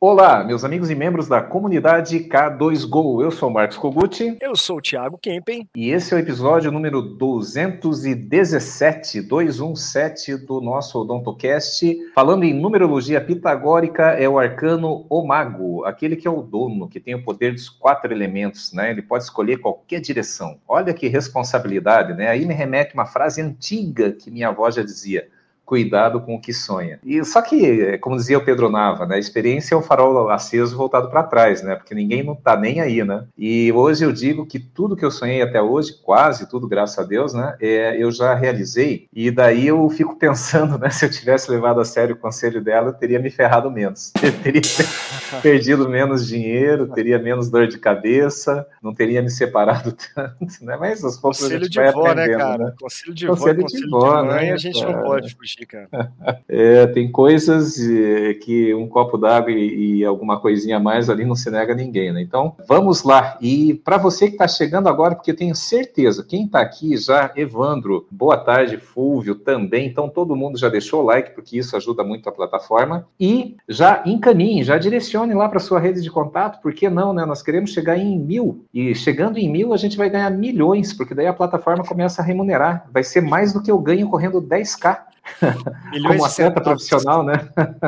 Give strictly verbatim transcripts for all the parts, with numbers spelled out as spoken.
Olá, meus amigos e membros da comunidade K dois Go. Eu sou o Marcos Koguchi. Eu sou o Thiago Kempen. E esse é o episódio número duzentos e dezessete, duzentos e dezessete do nosso OdontoCast. Falando em numerologia pitagórica, é o arcano O Mago, aquele que é o dono, que tem o poder dos quatro elementos, né? Ele pode escolher qualquer direção. Olha que responsabilidade, né? Aí me remete uma frase antiga que minha avó já dizia: cuidado com o que sonha. E só que, como dizia o Pedro Nava, né, a experiência é um farol aceso voltado para trás, né, porque ninguém não tá nem aí, né. E hoje eu digo que tudo que eu sonhei até hoje, quase tudo, graças a Deus, né, é, eu já realizei. E daí eu fico pensando, né, se eu tivesse levado a sério o conselho dela, eu teria me ferrado menos. Eu teria perdido menos dinheiro, teria menos dor de cabeça, não teria me separado tanto, né, mas aos poucos a gente vai aprendendo, né, cara? Né? Conselho de conselho vó, de conselho vó, de mãe, né, a gente cara? não pode fugir. Cara. É, tem coisas que um copo d'água e, e alguma coisinha a mais ali não se nega a ninguém, né? Então, vamos lá. E para você que está chegando agora, porque eu tenho certeza, quem está aqui já, Evandro, boa tarde, Fúvio também, então todo mundo já deixou o like, porque isso ajuda muito a plataforma, e já encaminhe, já direcione lá para sua rede de contato, porque não, né? Nós queremos chegar em mil, e chegando em mil a gente vai ganhar milhões, porque daí a plataforma começa a remunerar, vai ser mais do que eu ganho correndo dez K. Como atleta profissional, né?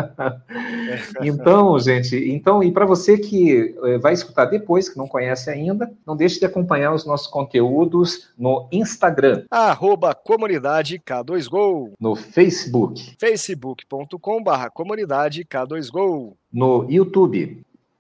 Então, gente, então, e para você que vai escutar depois, que não conhece ainda, não deixe de acompanhar os nossos conteúdos no Instagram. Arroba comunidade K dois Go. No Facebook. facebook ponto com barra comunidade K dois Go. No YouTube.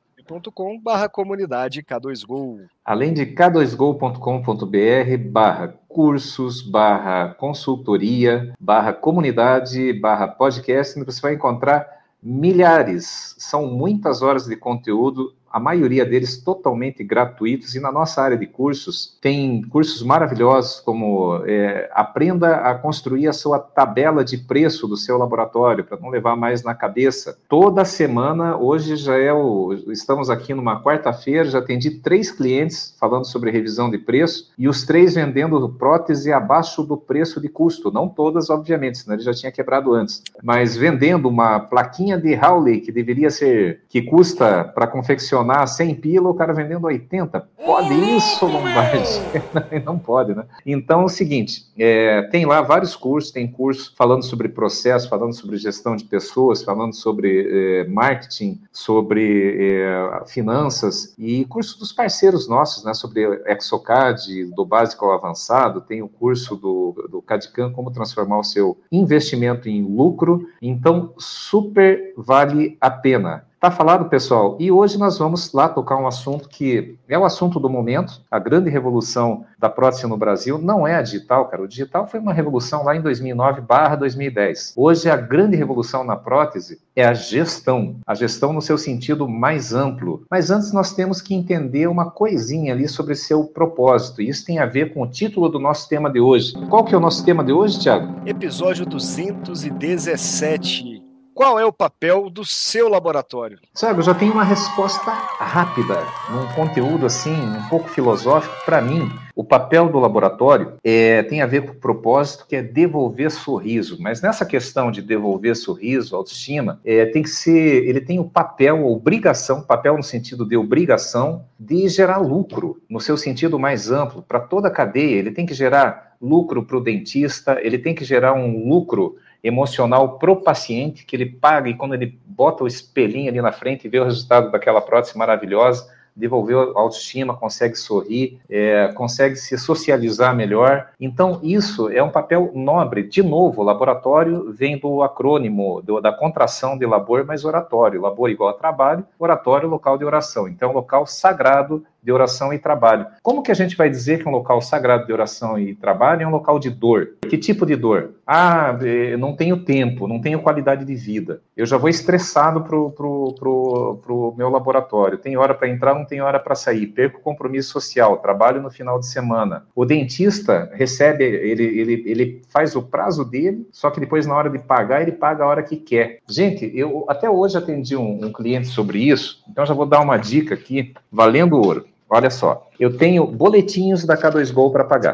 .com barra comunidade K dois Go. Além de k dois go ponto com ponto b r barra cursos, barra consultoria, barra comunidade, barra podcast, onde você vai encontrar milhares, são muitas horas de conteúdo, a maioria deles totalmente gratuitos, e na nossa área de cursos, tem cursos maravilhosos como é, aprenda a construir a sua tabela de preço do seu laboratório, para não levar mais na cabeça. Toda semana, hoje já é o... Estamos aqui numa quarta-feira, já atendi três clientes falando sobre revisão de preço, e os três vendendo prótese abaixo do preço de custo. Não todas, obviamente, senão ele já tinha quebrado antes. Mas vendendo uma plaquinha de Hawley, que deveria ser... que custa para confeccionar cem pila, o cara vendendo oitenta. Pode isso, Lombardi? Não pode, né? Então é o seguinte, é, tem lá vários cursos, tem curso falando sobre processo, falando sobre gestão de pessoas, falando sobre é, marketing, sobre é, finanças, e curso dos parceiros nossos, né, sobre Exocad, do básico ao avançado, tem o curso do, do CAD/CAM, como transformar o seu investimento em lucro. Então, super vale a pena. Tá falado, pessoal? E hoje nós vamos lá tocar um assunto que é o assunto do momento, a grande revolução da prótese no Brasil. Não é a digital, cara. O digital foi uma revolução lá em dois mil e nove barra dois mil e dez. Hoje a grande revolução na prótese é a gestão. A gestão no seu sentido mais amplo. Mas antes nós temos que entender uma coisinha ali sobre seu propósito. E isso tem a ver com o título do nosso tema de hoje. Qual que é o nosso tema de hoje, Thiago? Episódio duzentos e dezessete. Qual é o papel do seu laboratório? Sabe, eu já tenho uma resposta rápida, num conteúdo assim, um pouco filosófico. Para mim, o papel do laboratório é, tem a ver com o propósito, que é devolver sorriso. Mas nessa questão de devolver sorriso, autoestima, é, tem que ser, ele tem o papel, a obrigação, papel no sentido de obrigação, de gerar lucro, no seu sentido mais amplo, para toda a cadeia. Ele tem que gerar lucro para o dentista, ele tem que gerar um lucro emocional pro paciente, que ele paga, e quando ele bota o espelhinho ali na frente e vê o resultado daquela prótese maravilhosa, devolveu a autoestima, consegue sorrir, é, consegue se socializar melhor. Então, isso é um papel nobre. De novo, o laboratório vem do acrônimo, do, da contração de labor mais oratório. Labor igual a trabalho, oratório, local de oração. Então, local sagrado de oração e trabalho. Como que a gente vai dizer que um local sagrado de oração e trabalho é um local de dor? Que tipo de dor? Ah, eu não tenho tempo, não tenho qualidade de vida. Eu já vou estressado pro, pro, pro, pro meu laboratório. Tem hora para entrar, não tem hora para sair. Perco compromisso social, trabalho no final de semana. O dentista recebe, ele, ele, ele faz o prazo dele, só que depois, na hora de pagar, ele paga a hora que quer. Gente, eu até hoje atendi um, um cliente sobre isso, então já vou dar uma dica aqui, valendo ouro. Olha só, eu tenho boletinhos da K dois Go para pagar.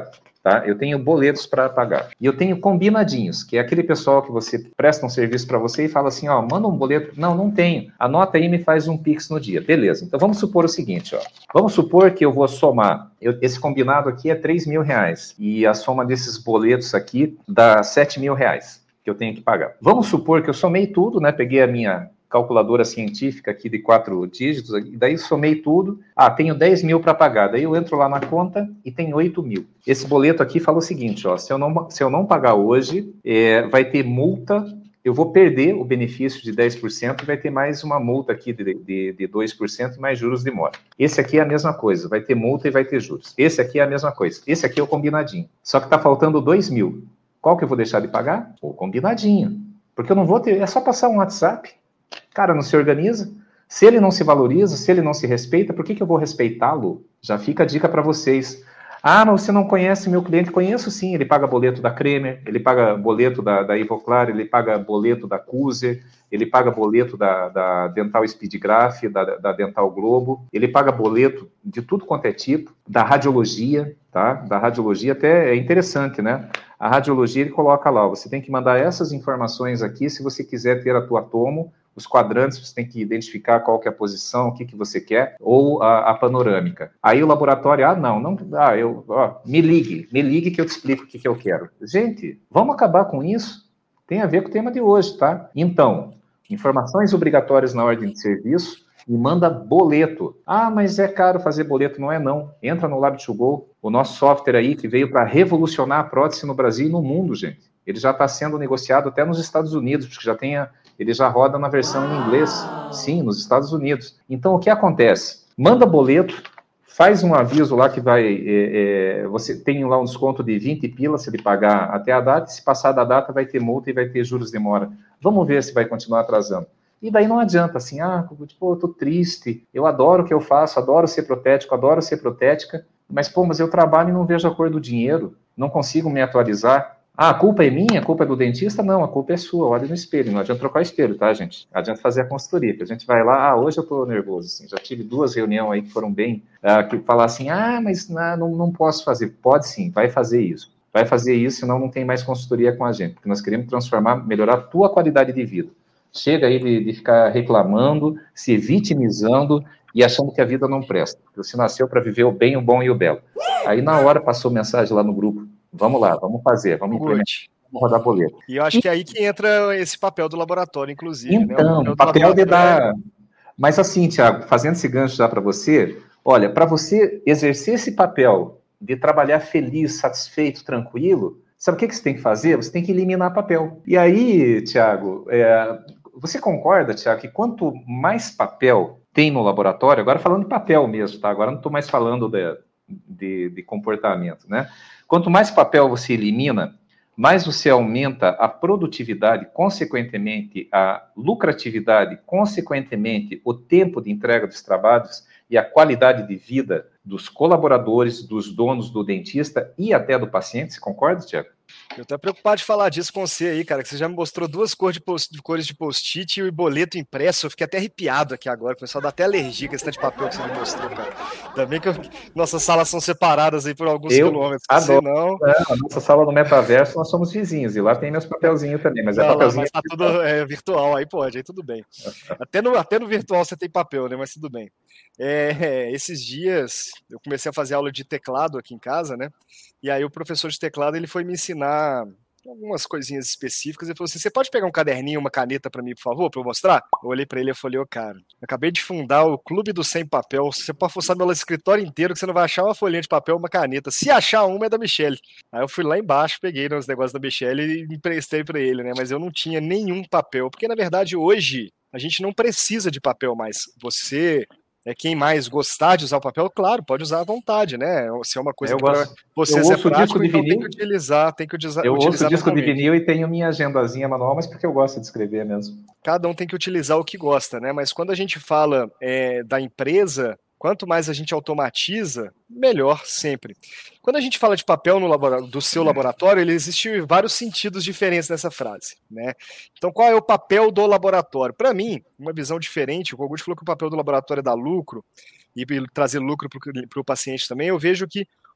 tá? Eu tenho boletos para pagar. E eu tenho combinadinhos, que é aquele pessoal que você presta um serviço para você e fala assim, ó, manda um boleto. Não, não tenho. Anota aí e me faz um Pix no dia. Beleza. Então vamos supor o seguinte, ó. Vamos supor que eu vou somar. Eu, esse combinado aqui é três mil reais. E a soma desses boletos aqui dá sete mil reais que eu tenho que pagar. Vamos supor que eu somei tudo, né? Peguei a minha calculadora científica aqui de quatro dígitos, e daí somei tudo. Ah, tenho dez mil para pagar. Daí eu entro lá na conta e tem oito mil. Esse boleto aqui fala o seguinte, ó, se eu não, se eu não pagar hoje, é, vai ter multa, eu vou perder o benefício de dez por cento e vai ter mais uma multa aqui de, de, de dois por cento e mais juros de mora. Esse aqui é a mesma coisa, vai ter multa e vai ter juros. Esse aqui é a mesma coisa. Esse aqui é o combinadinho. Só que está faltando dois mil. Qual que eu vou deixar de pagar? O combinadinho. Porque eu não vou ter, é só passar um WhatsApp. Cara, não se organiza. Se ele não se valoriza, se ele não se respeita, por que, que eu vou respeitá-lo? Já fica a dica para vocês. Ah, mas você não conhece meu cliente? Conheço sim, ele paga boleto da Kremer, ele paga boleto da, da Ivoclar, ele paga boleto da Cuser, ele paga boleto da, da Dental Speedgraph, da, da Dental Globo, ele paga boleto de tudo quanto é tipo, da radiologia, tá? Da radiologia até é interessante, né? A radiologia ele coloca lá, ó, você tem que mandar essas informações aqui se você quiser ter a tua tomo, os quadrantes, você tem que identificar qual que é a posição, o que, que você quer, ou a, a panorâmica. Aí o laboratório, ah, não, não, ah, eu, ó, me ligue, me ligue que eu te explico o que, que eu quero. Gente, vamos acabar com isso? Tem a ver com o tema de hoje, tá? Então, informações obrigatórias na ordem de serviço e manda boleto. Ah, mas é caro fazer boleto. Não é não. Entra no Lab to Go, o nosso software aí que veio para revolucionar a prótese no Brasil e no mundo, gente. Ele já está sendo negociado até nos Estados Unidos, porque já tem a, ele já roda na versão em inglês. Sim, nos Estados Unidos. Então, o que acontece? Manda boleto, faz um aviso lá que vai... É, é, você tem lá um desconto de vinte pila se ele pagar até a data, e se passar da data vai ter multa e vai ter juros de mora. Vamos ver se vai continuar atrasando. E daí não adianta, assim, ah, tipo, eu tô triste, eu adoro o que eu faço, adoro ser protético, adoro ser protética, mas, pô, mas eu trabalho e não vejo a cor do dinheiro, não consigo me atualizar. Ah, a culpa é minha? A culpa é do dentista? Não, a culpa é sua, olha no espelho, não adianta trocar o espelho, tá, gente? Adianta fazer a consultoria, que a gente vai lá, ah, hoje eu tô nervoso, assim, já tive duas reuniões aí que foram bem, ah, que falar assim, ah, mas não, não, não posso fazer. Pode sim, vai fazer isso. Vai fazer isso, senão não tem mais consultoria com a gente, porque nós queremos transformar, melhorar a tua qualidade de vida. Chega aí de, de ficar reclamando, se vitimizando e achando que a vida não presta. Você nasceu para viver o bem, o bom e o belo. Aí na hora passou mensagem lá no grupo, vamos lá, vamos fazer, vamos implementar, vamos rodar boleto. E eu acho que é aí que entra esse papel do laboratório, inclusive. Então, né? o papel, papel de dar... Mas assim, Thiago, fazendo esse gancho já para você, olha, para você exercer esse papel de trabalhar feliz, satisfeito, tranquilo, sabe o que, que você tem que fazer? Você tem que eliminar papel. E aí, Thiago, é... você concorda, Thiago, que quanto mais papel tem no laboratório, agora falando de papel mesmo, tá? Agora não estou mais falando de, de, de comportamento, né? Quanto mais papel você elimina, mais você aumenta a produtividade, consequentemente a lucratividade, consequentemente o tempo de entrega dos trabalhos e a qualidade de vida dos colaboradores, dos donos do dentista e até do paciente. Você concorda, Thiago? Eu tô preocupado de falar disso com você aí, cara, que você já me mostrou duas cores de, post, de cores de post-it e o boleto impresso. Eu fiquei até arrepiado aqui agora, começou a dar até alergia com esse tanto de papel que você me mostrou, cara. Também que eu, nossas salas são separadas aí por alguns eu quilômetros. Adoro. Senão... É, a nossa sala no metaverso, nós somos vizinhos, e lá tem meus papelzinhos também, mas Não, é papelzinho... Lá, mas tá tudo é, virtual, aí pode, aí tudo bem. Até no, até no virtual você tem papel, né, mas tudo bem. É, esses dias eu comecei a fazer aula de teclado aqui em casa, né? E aí o professor de teclado ele foi me ensinar algumas coisinhas específicas. Ele falou assim: você pode pegar um caderninho, uma caneta para mim, por favor, para eu mostrar? Eu olhei para ele e falei: ô, oh, cara, eu acabei de fundar o Clube do Sem Papel. Você pode forçar meu escritório inteiro que você não vai achar uma folhinha de papel, uma caneta. Se achar uma, é da Michelle. Aí eu fui lá embaixo, peguei os negócios da Michelle e emprestei para ele, né? Mas eu não tinha nenhum papel, porque na verdade hoje a gente não precisa de papel mais. Você... É quem mais gostar de usar o papel, claro, pode usar à vontade, né? Se é uma coisa eu que para vocês é prático, então tem que utilizar, tem que utilizar. Eu utilizar ouço disco de vinil e tenho minha agendazinha manual, mas porque eu gosto de escrever mesmo. Cada um tem que utilizar o que gosta, né? Mas quando a gente fala é, da empresa, quanto mais a gente automatiza, melhor sempre. Quando a gente fala de papel no labora- do seu laboratório, ele existe vários sentidos diferentes nessa frase, né? Então, qual é o papel do laboratório? Para mim, uma visão diferente, o Kogut falou que o papel do laboratório é dar lucro e trazer lucro para o paciente também. Eu vejo que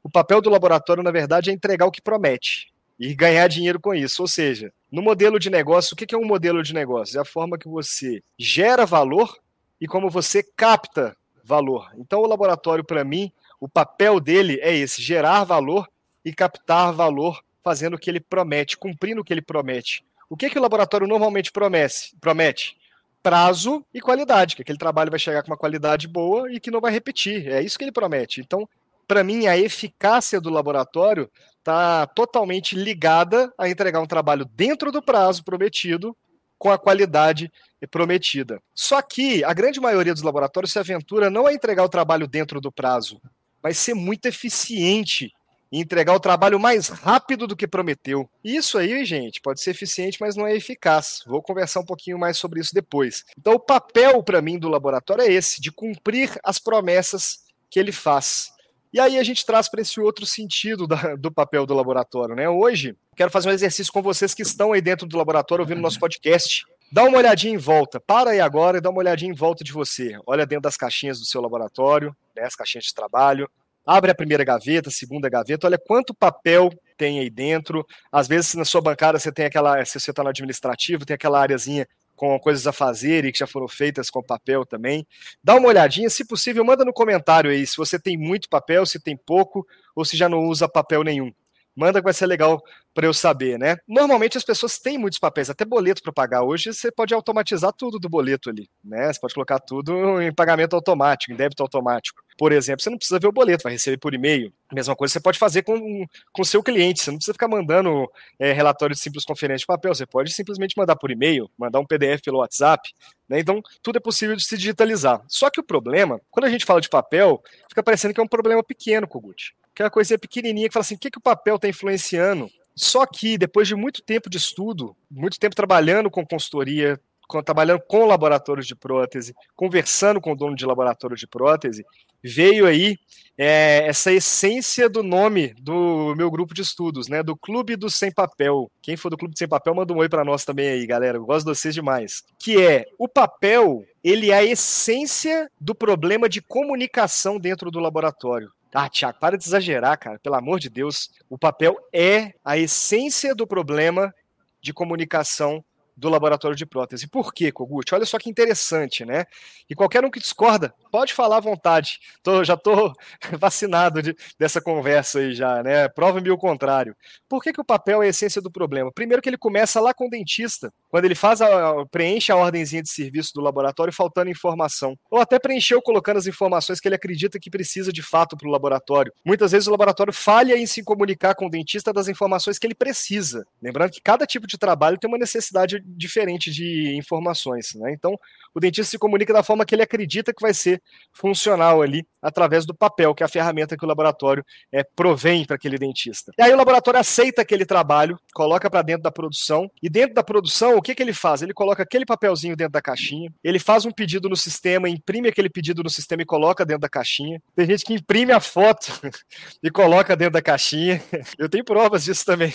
o papel do laboratório, na verdade, é entregar o que promete e ganhar dinheiro com isso. Ou seja, no modelo de negócio, o que é um modelo de negócio? É a forma que você gera valor e como você capta valor. Então, o laboratório, para mim, o papel dele é esse, gerar valor e captar valor, fazendo o que ele promete, cumprindo o que ele promete. O que, que o laboratório normalmente promete? Promete prazo e qualidade, que aquele trabalho vai chegar com uma qualidade boa e que não vai repetir. É isso que ele promete. Então, para mim, a eficácia do laboratório está totalmente ligada a entregar um trabalho dentro do prazo prometido, com a qualidade prometida. Só que a grande maioria dos laboratórios se aventura não a entregar o trabalho dentro do prazo, mas ser muito eficiente e entregar o trabalho mais rápido do que prometeu. Isso aí, gente, pode ser eficiente, mas não é eficaz. Vou conversar um pouquinho mais sobre isso depois. Então, o papel, para mim, do laboratório é esse, de cumprir as promessas que ele faz. E aí a gente traz para esse outro sentido da, do papel do laboratório, né? Hoje, quero fazer um exercício com vocês que estão aí dentro do laboratório ouvindo nosso podcast. Dá uma olhadinha em volta, para aí agora e dá uma olhadinha em volta de você. Olha dentro das caixinhas do seu laboratório, né, as caixinhas de trabalho. Abre a primeira gaveta, a segunda gaveta, olha quanto papel tem aí dentro. Às vezes na sua bancada você tem aquela, se você está no administrativo, tem aquela areazinha com coisas a fazer e que já foram feitas com papel também. Dá uma olhadinha, se possível, manda no comentário aí se você tem muito papel, se tem pouco, ou se já não usa papel nenhum. Manda que vai ser legal para eu saber, né? Normalmente as pessoas têm muitos papéis, até boleto para pagar. Hoje você pode automatizar tudo do boleto ali, né? Você pode colocar tudo em pagamento automático, em débito automático. Por exemplo, você não precisa ver o boleto, vai receber por e-mail. A mesma coisa você pode fazer com o seu cliente, você não precisa ficar mandando é, relatório de simples conferência de papel, você pode simplesmente mandar por e-mail, mandar um P D F pelo WhatsApp, né? Então tudo é possível de se digitalizar. Só que o problema, quando a gente fala de papel, fica parecendo que é um problema pequeno, Kogut. Que é uma coisinha pequenininha que fala assim, o que, que o papel está influenciando? Só que, depois de muito tempo de estudo, muito tempo trabalhando com consultoria, com, trabalhando com laboratórios de prótese, conversando com o dono de laboratório de prótese, veio aí é, essa essência do nome do meu grupo de estudos, né? Do Clube do Sem Papel. Quem for do Clube do Sem Papel, manda um oi para nós também aí, galera. Eu gosto de vocês demais. Que é, o papel, ele é a essência do problema de comunicação dentro do laboratório. Ah, Thiago, para de exagerar, cara. Pelo amor de Deus. O papel é a essência do problema de comunicação do laboratório de prótese. Por quê, Kogut? Olha só que interessante, né? E qualquer um que discorda, pode falar à vontade. Tô, já estou vacinado de, dessa conversa aí já, né? Prova-me o contrário. Por que, que o papel é a essência do problema? Primeiro que ele começa lá com o dentista, quando ele faz a, preenche a ordenzinha de serviço do laboratório faltando informação. Ou até preencheu colocando as informações que ele acredita que precisa de fato para o laboratório. Muitas vezes o laboratório falha em se comunicar com o dentista das informações que ele precisa. Lembrando que cada tipo de trabalho tem uma necessidade diferente de informações, né? Então, o dentista se comunica da forma que ele acredita que vai ser funcional ali, através do papel, que é a ferramenta que o laboratório é, provém para aquele dentista. E aí o laboratório aceita aquele trabalho, coloca para dentro da produção, e dentro da produção, o que, que ele faz? Ele coloca aquele papelzinho dentro da caixinha, ele faz um pedido no sistema, imprime aquele pedido no sistema e coloca dentro da caixinha. Tem gente que imprime a foto e coloca dentro da caixinha. Eu tenho provas disso também.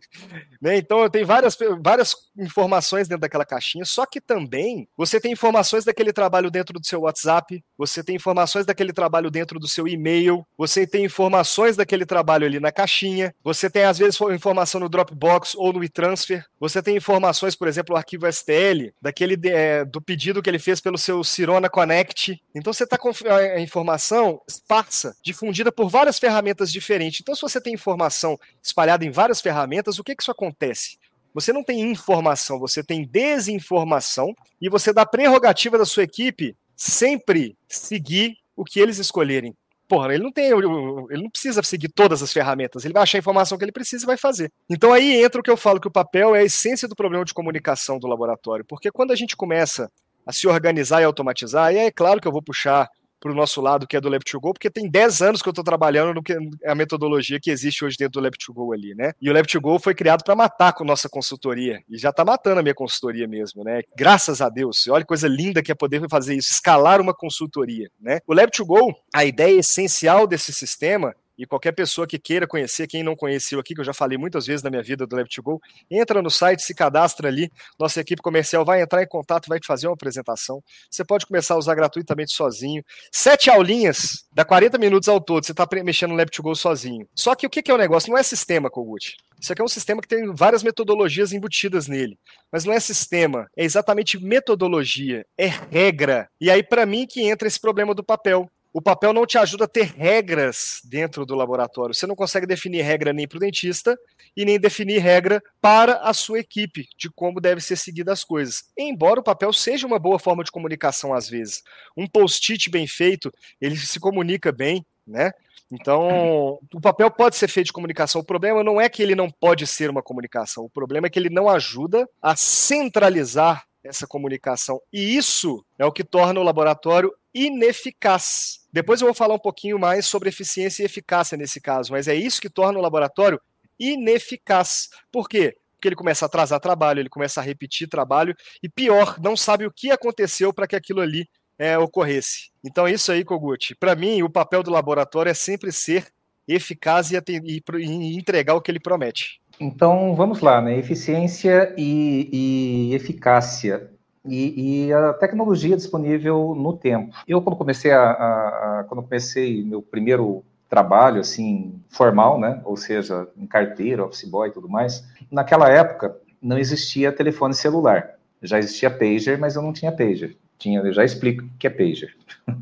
Né? Então, eu tenho várias, várias informações dentro daquela caixinha, só que também você tem informações daquele trabalho dentro do seu WhatsApp, você tem informações daquele trabalho dentro do seu e-mail, você tem informações daquele trabalho ali na caixinha, você tem às vezes informação no Dropbox ou no e-transfer, você tem informações, por exemplo, o arquivo S T L, daquele, é, do pedido que ele fez pelo seu Sirona Connect. Então você está com a informação esparsa, difundida por várias ferramentas diferentes. Então se você tem informação espalhada em várias ferramentas, o que, que isso acontece? Você não tem informação, você tem desinformação e você dá prerrogativa da sua equipe sempre seguir o que eles escolherem. Porra, ele não tem, ele não precisa seguir todas as ferramentas, ele vai achar a informação que ele precisa e vai fazer. Então aí entra o que eu falo, que o papel é a essência do problema de comunicação do laboratório, porque quando a gente começa a se organizar e automatizar, e é claro que eu vou puxar para o nosso lado, que é do Lab to Go, porque tem dez anos que eu estou trabalhando no que é a metodologia que existe hoje dentro do Lab to Go ali, né? E o Lab to Go foi criado para matar com nossa consultoria, e já está matando a minha consultoria mesmo, né? Graças a Deus. Olha que coisa linda que é poder fazer isso, escalar uma consultoria, né? O Lab to Go, a ideia essencial desse sistema e qualquer pessoa que queira conhecer, quem não conheceu aqui, que eu já falei muitas vezes na minha vida do Lab to Go, entra no site, se cadastra ali, nossa equipe comercial vai entrar em contato, vai te fazer uma apresentação, você pode começar a usar gratuitamente sozinho, sete aulinhas, dá quarenta minutos ao todo, você está mexendo no Lab to Go sozinho. Só que o que é o negócio? Não é sistema, Kogut. Isso aqui é um sistema que tem várias metodologias embutidas nele, mas não é sistema, é exatamente metodologia, é regra. E aí para mim que entra esse problema do papel. O papel não te ajuda a ter regras dentro do laboratório. Você não consegue definir regra nem para o dentista e nem definir regra para a sua equipe de como deve ser seguidas as coisas. Embora o papel seja uma boa forma de comunicação às vezes. Um post-it bem feito, ele se comunica bem, né? Então, o papel pode ser feito de comunicação. O problema não é que ele não pode ser uma comunicação. O problema é que ele não ajuda a centralizar essa comunicação. E isso é o que torna o laboratório ineficaz. Depois eu vou falar um pouquinho mais sobre eficiência e eficácia nesse caso, mas é isso que torna o laboratório ineficaz. Por quê? Porque ele começa a atrasar trabalho, ele começa a repetir trabalho e, pior, não sabe o que aconteceu para que aquilo ali é, ocorresse. Então, isso aí, Kogut, para mim, o papel do laboratório é sempre ser eficaz e, e, e entregar o que ele promete. Então, vamos lá, né? Eficiência e, e eficácia. E, e a tecnologia disponível no tempo. Eu, quando comecei a, a, a quando comecei meu primeiro trabalho, assim, formal, né? Ou seja, em carteira, office boy e tudo mais, naquela época não existia telefone celular. Já existia pager, mas eu não tinha pager. Tinha, eu já explico o que é pager.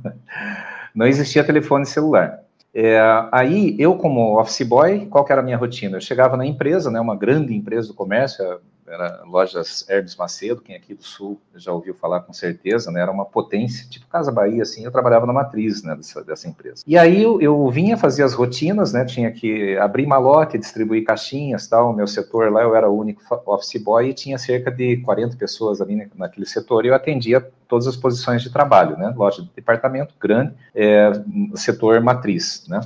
Não existia telefone celular. É, aí, eu como office boy, qual que era a minha rotina? Eu chegava na empresa, né, uma grande empresa do comércio, era lojas Hermes Macedo, quem aqui do Sul já ouviu falar com certeza, né, era uma potência, tipo Casa Bahia, assim, eu trabalhava na matriz, né, dessa, dessa empresa. E aí eu, eu vinha fazer as rotinas, né, tinha que abrir malote, distribuir caixinhas, tal, o meu setor lá, eu era o único office boy e tinha cerca de quarenta pessoas ali naquele setor e eu atendia todas as posições de trabalho, né, loja de departamento grande, é, setor matriz, né,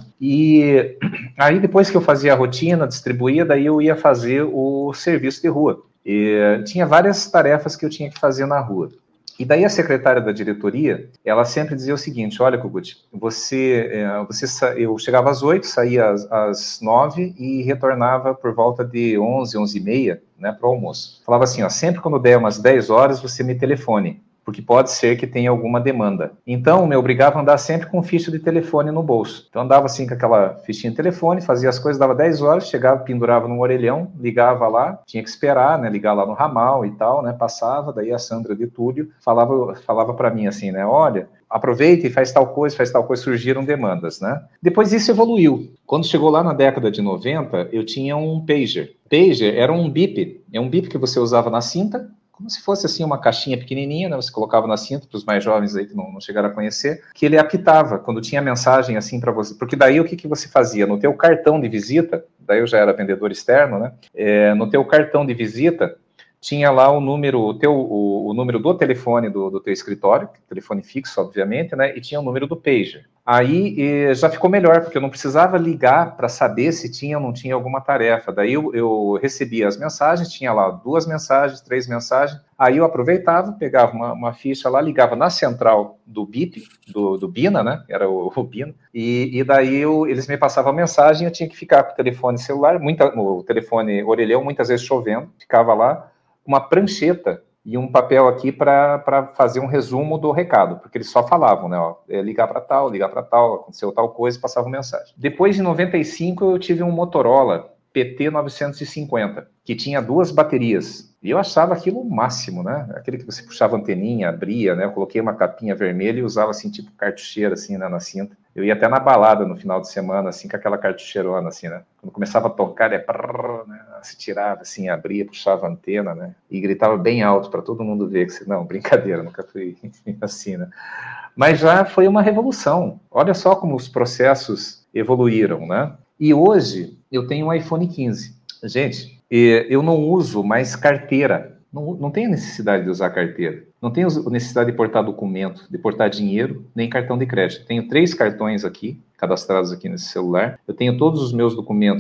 e aí depois que eu fazia a rotina, distribuía, daí eu ia fazer o serviço de rua. E tinha várias tarefas que eu tinha que fazer na rua. E daí a secretária da diretoria, ela sempre dizia o seguinte, olha, Kogut, você, é, você, eu chegava às oito, saía às, às nove e retornava por volta de onze, onze e meia, né, para o almoço. Falava assim, ó, sempre quando der umas dez horas, você me telefone, porque pode ser que tenha alguma demanda. Então, me obrigava a andar sempre com ficha de telefone no bolso. Então, andava assim com aquela fichinha de telefone, fazia as coisas, dava dez horas, chegava, pendurava num orelhão, ligava lá, tinha que esperar, né, ligar lá no ramal e tal, né, passava, daí a Sandra de Túlio falava, falava para mim assim, né, olha, aproveita e faz tal coisa, faz tal coisa, surgiram demandas, né. Depois isso evoluiu. Quando chegou lá na década de noventa, eu tinha um pager. Pager era um bip, é um bip que você usava na cinta, como se fosse assim uma caixinha pequenininha, né? Você colocava na cinta para os mais jovens aí que não, não chegaram a conhecer, que ele apitava quando tinha mensagem assim para você, porque daí o que, que você fazia? No teu cartão de visita, daí eu já era vendedor externo, né? É, no teu cartão de visita tinha lá o número, o, teu, o, o número do telefone do, do teu escritório, telefone fixo, obviamente, né? E tinha o número do pager. Aí eh, já ficou melhor, porque eu não precisava ligar para saber se tinha ou não tinha alguma tarefa. Daí eu, eu recebia as mensagens, tinha lá duas mensagens, três mensagens. Aí eu aproveitava, pegava uma, uma ficha lá, ligava na central do B I P, do, do Bina, né? Era o, o Bina. E, e daí eu, eles me passavam a mensagem, eu tinha que ficar com o telefone celular, muita, o telefone orelhão, muitas vezes chovendo, ficava lá, uma prancheta e um papel aqui para fazer um resumo do recado, porque eles só falavam, né, ó, é, ligar para tal, ligar para tal, aconteceu tal coisa, passavam mensagem. Depois de noventa e cinco eu tive um Motorola P T novecentos e cinquenta, que tinha duas baterias, e eu achava aquilo o máximo, né, aquele que você puxava a anteninha, abria, né, eu coloquei uma capinha vermelha e usava assim, tipo cartucheira, assim, né, na cinta. Eu ia até na balada no final de semana, assim, com aquela cartucheirona, assim, né? Quando começava a tocar, é prrr, né? Se tirava, assim, abria, puxava a antena, né? E gritava bem alto para todo mundo ver que você... Não, brincadeira, nunca fui assim, né? Mas já foi uma revolução. Olha só como os processos evoluíram, né? E hoje eu tenho um iPhone quinze. Gente, eu não uso mais carteira. Não, não tenho necessidade de usar carteira. Não tenho necessidade de portar documento, de portar dinheiro, nem cartão de crédito. Tenho três cartões aqui, cadastrados aqui nesse celular. Eu tenho todos os meus documentos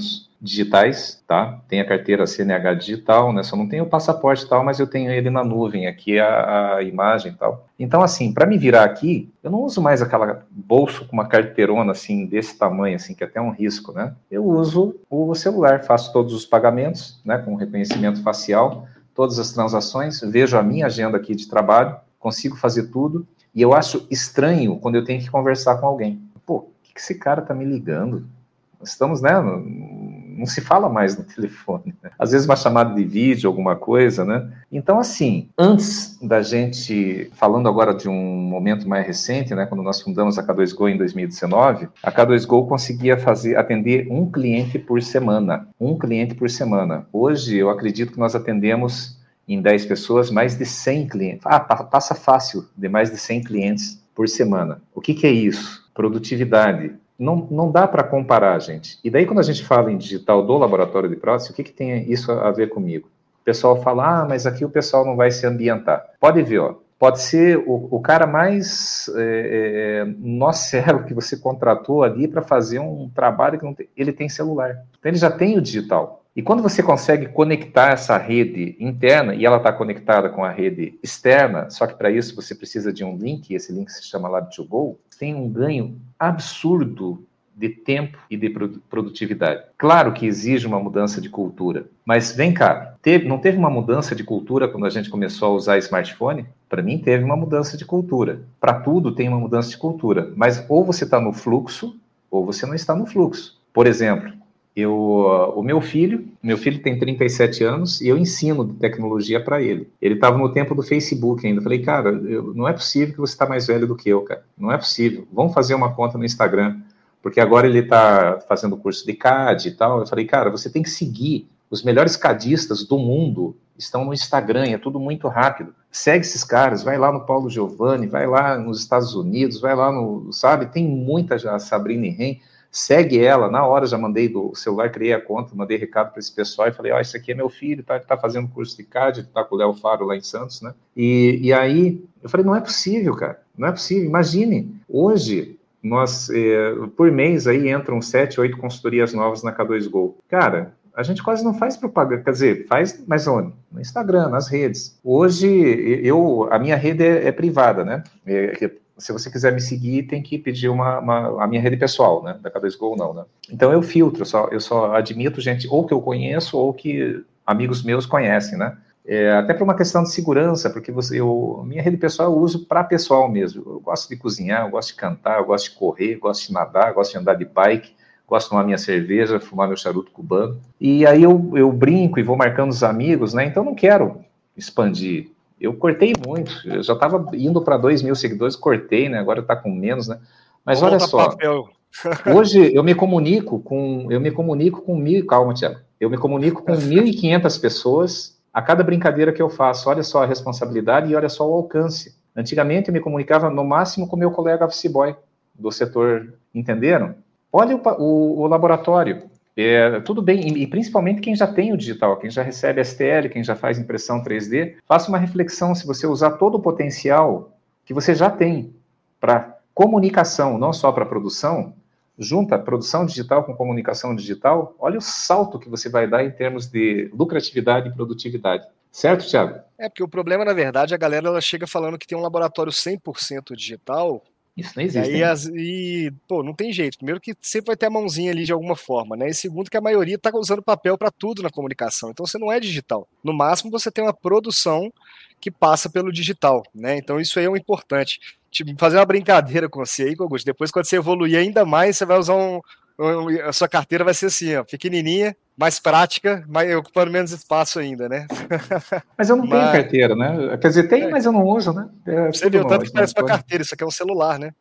digitais, tá? Tem a carteira C N H digital, né? Só não tenho o passaporte e tal, mas eu tenho ele na nuvem, aqui a, a imagem e tal. Então, assim, para me virar aqui, eu não uso mais aquela bolso com uma carteirona, assim, desse tamanho, assim, que é até um risco, né? Eu uso o celular, faço todos os pagamentos, né, com reconhecimento facial, todas as transações, vejo a minha agenda aqui de trabalho, consigo fazer tudo, e eu acho estranho quando eu tenho que conversar com alguém. Pô, o que esse cara tá me ligando? Estamos, né, não se fala mais no telefone, né? Às vezes uma chamada de vídeo, alguma coisa, né? Então, assim, antes da gente, falando agora de um momento mais recente, né, quando nós fundamos a K dois Go em dois mil e dezenove, a K dois Go conseguia fazer, atender um cliente por semana, um cliente por semana. Hoje, eu acredito que nós atendemos em dez pessoas mais de cem clientes. Ah, passa fácil de mais de cem clientes por semana. O que que é isso? Produtividade. Não, não dá para comparar, gente. E daí, quando a gente fala em digital do laboratório de prótese, o que, que tem isso a ver comigo? O pessoal fala, ah, mas aqui o pessoal não vai se ambientar. Pode ver, ó. Pode ser o, o cara mais é, é, nó-cego que você contratou ali para fazer um trabalho que não tem, ele tem celular. Então, ele já tem o digital. E quando você consegue conectar essa rede interna, e ela está conectada com a rede externa, só que para isso você precisa de um link, esse link se chama Lab to Go, tem um ganho absurdo de tempo e de produtividade. Claro que exige uma mudança de cultura, mas vem cá, teve, não teve uma mudança de cultura quando a gente começou a usar smartphone? Para mim teve uma mudança de cultura. Para tudo tem uma mudança de cultura, mas ou você está no fluxo, ou você não está no fluxo. Por exemplo, eu, o meu filho, meu filho tem trinta e sete anos e eu ensino tecnologia para ele. Ele estava no tempo do Facebook ainda. Eu falei, cara, eu, não é possível que você está mais velho do que eu, cara. Não é possível. Vamos fazer uma conta no Instagram. Porque agora ele está fazendo curso de C A D e tal. Eu falei, cara, você tem que seguir. Os melhores cadistas do mundo estão no Instagram, é tudo muito rápido. Segue esses caras, vai lá no Paulo Giovanni, vai lá nos Estados Unidos, vai lá no, sabe, tem muita já, Sabrina Ren. Segue ela, na hora já mandei do celular, criei a conta, mandei recado para esse pessoal e falei, ó, oh, esse aqui é meu filho, tá, ele tá fazendo curso de C A D, ele tá com o Léo Faro lá em Santos, né? E, e aí, eu falei, não é possível, cara, não é possível, imagine, hoje, nós, é, por mês aí entram sete, oito consultorias novas na K dois Go. Cara, a gente quase não faz propaganda, quer dizer, faz, mas onde? No Instagram, nas redes. Hoje, eu, a minha rede é, é privada, né? É, se você quiser me seguir, tem que pedir uma, uma, a minha rede pessoal, né? Da K dois Go, não, né? Então eu filtro, eu só, eu só admito gente ou que eu conheço ou que amigos meus conhecem, né? É, até por uma questão de segurança, porque você, eu, minha rede pessoal eu uso para pessoal mesmo. Eu gosto de cozinhar, eu gosto de cantar, eu gosto de correr, eu gosto de nadar, eu gosto de andar de bike, gosto de tomar minha cerveja, fumar meu charuto cubano. E aí eu, eu brinco e vou marcando os amigos, né? Então eu não quero expandir. Eu cortei muito, eu já estava indo para dois mil seguidores, cortei, né? Agora está com menos, né? Mas Vou olha só, papel. Hoje eu me comunico com, eu me comunico com mil, calma, Tiago, eu me comunico com mil e quinhentas pessoas a cada brincadeira que eu faço. Olha só a responsabilidade e olha só o alcance. Antigamente eu me comunicava no máximo com meu colega office boy do setor, entenderam? Olha o, o, o laboratório. É, tudo bem, e, e principalmente quem já tem o digital, quem já recebe S T L, quem já faz impressão três D, faça uma reflexão se você usar todo o potencial que você já tem para comunicação, não só para produção, junta produção digital com comunicação digital, olha o salto que você vai dar em termos de lucratividade e produtividade. Certo, Thiago? É, porque o problema, na verdade, a galera ela chega falando que tem um laboratório cem por cento digital. Isso não existe. E aí, as, e, pô, não tem jeito. Primeiro que sempre vai ter a mãozinha ali de alguma forma, né? E segundo que a maioria tá usando papel para tudo na comunicação. Então você não é digital. No máximo você tem uma produção que passa pelo digital, né? Então isso aí é um importante. Tipo, fazer uma brincadeira com você aí, Augusto. Depois, quando você evoluir ainda mais, você vai usar um... a sua carteira vai ser assim, ó, pequenininha, mais prática, mas ocupando menos espaço ainda, né? Mas eu não mas... tenho carteira, né? Quer dizer, tem, é. mas eu não uso, né? É, você viu tanto que parece uma carteira, isso aqui é um celular, né?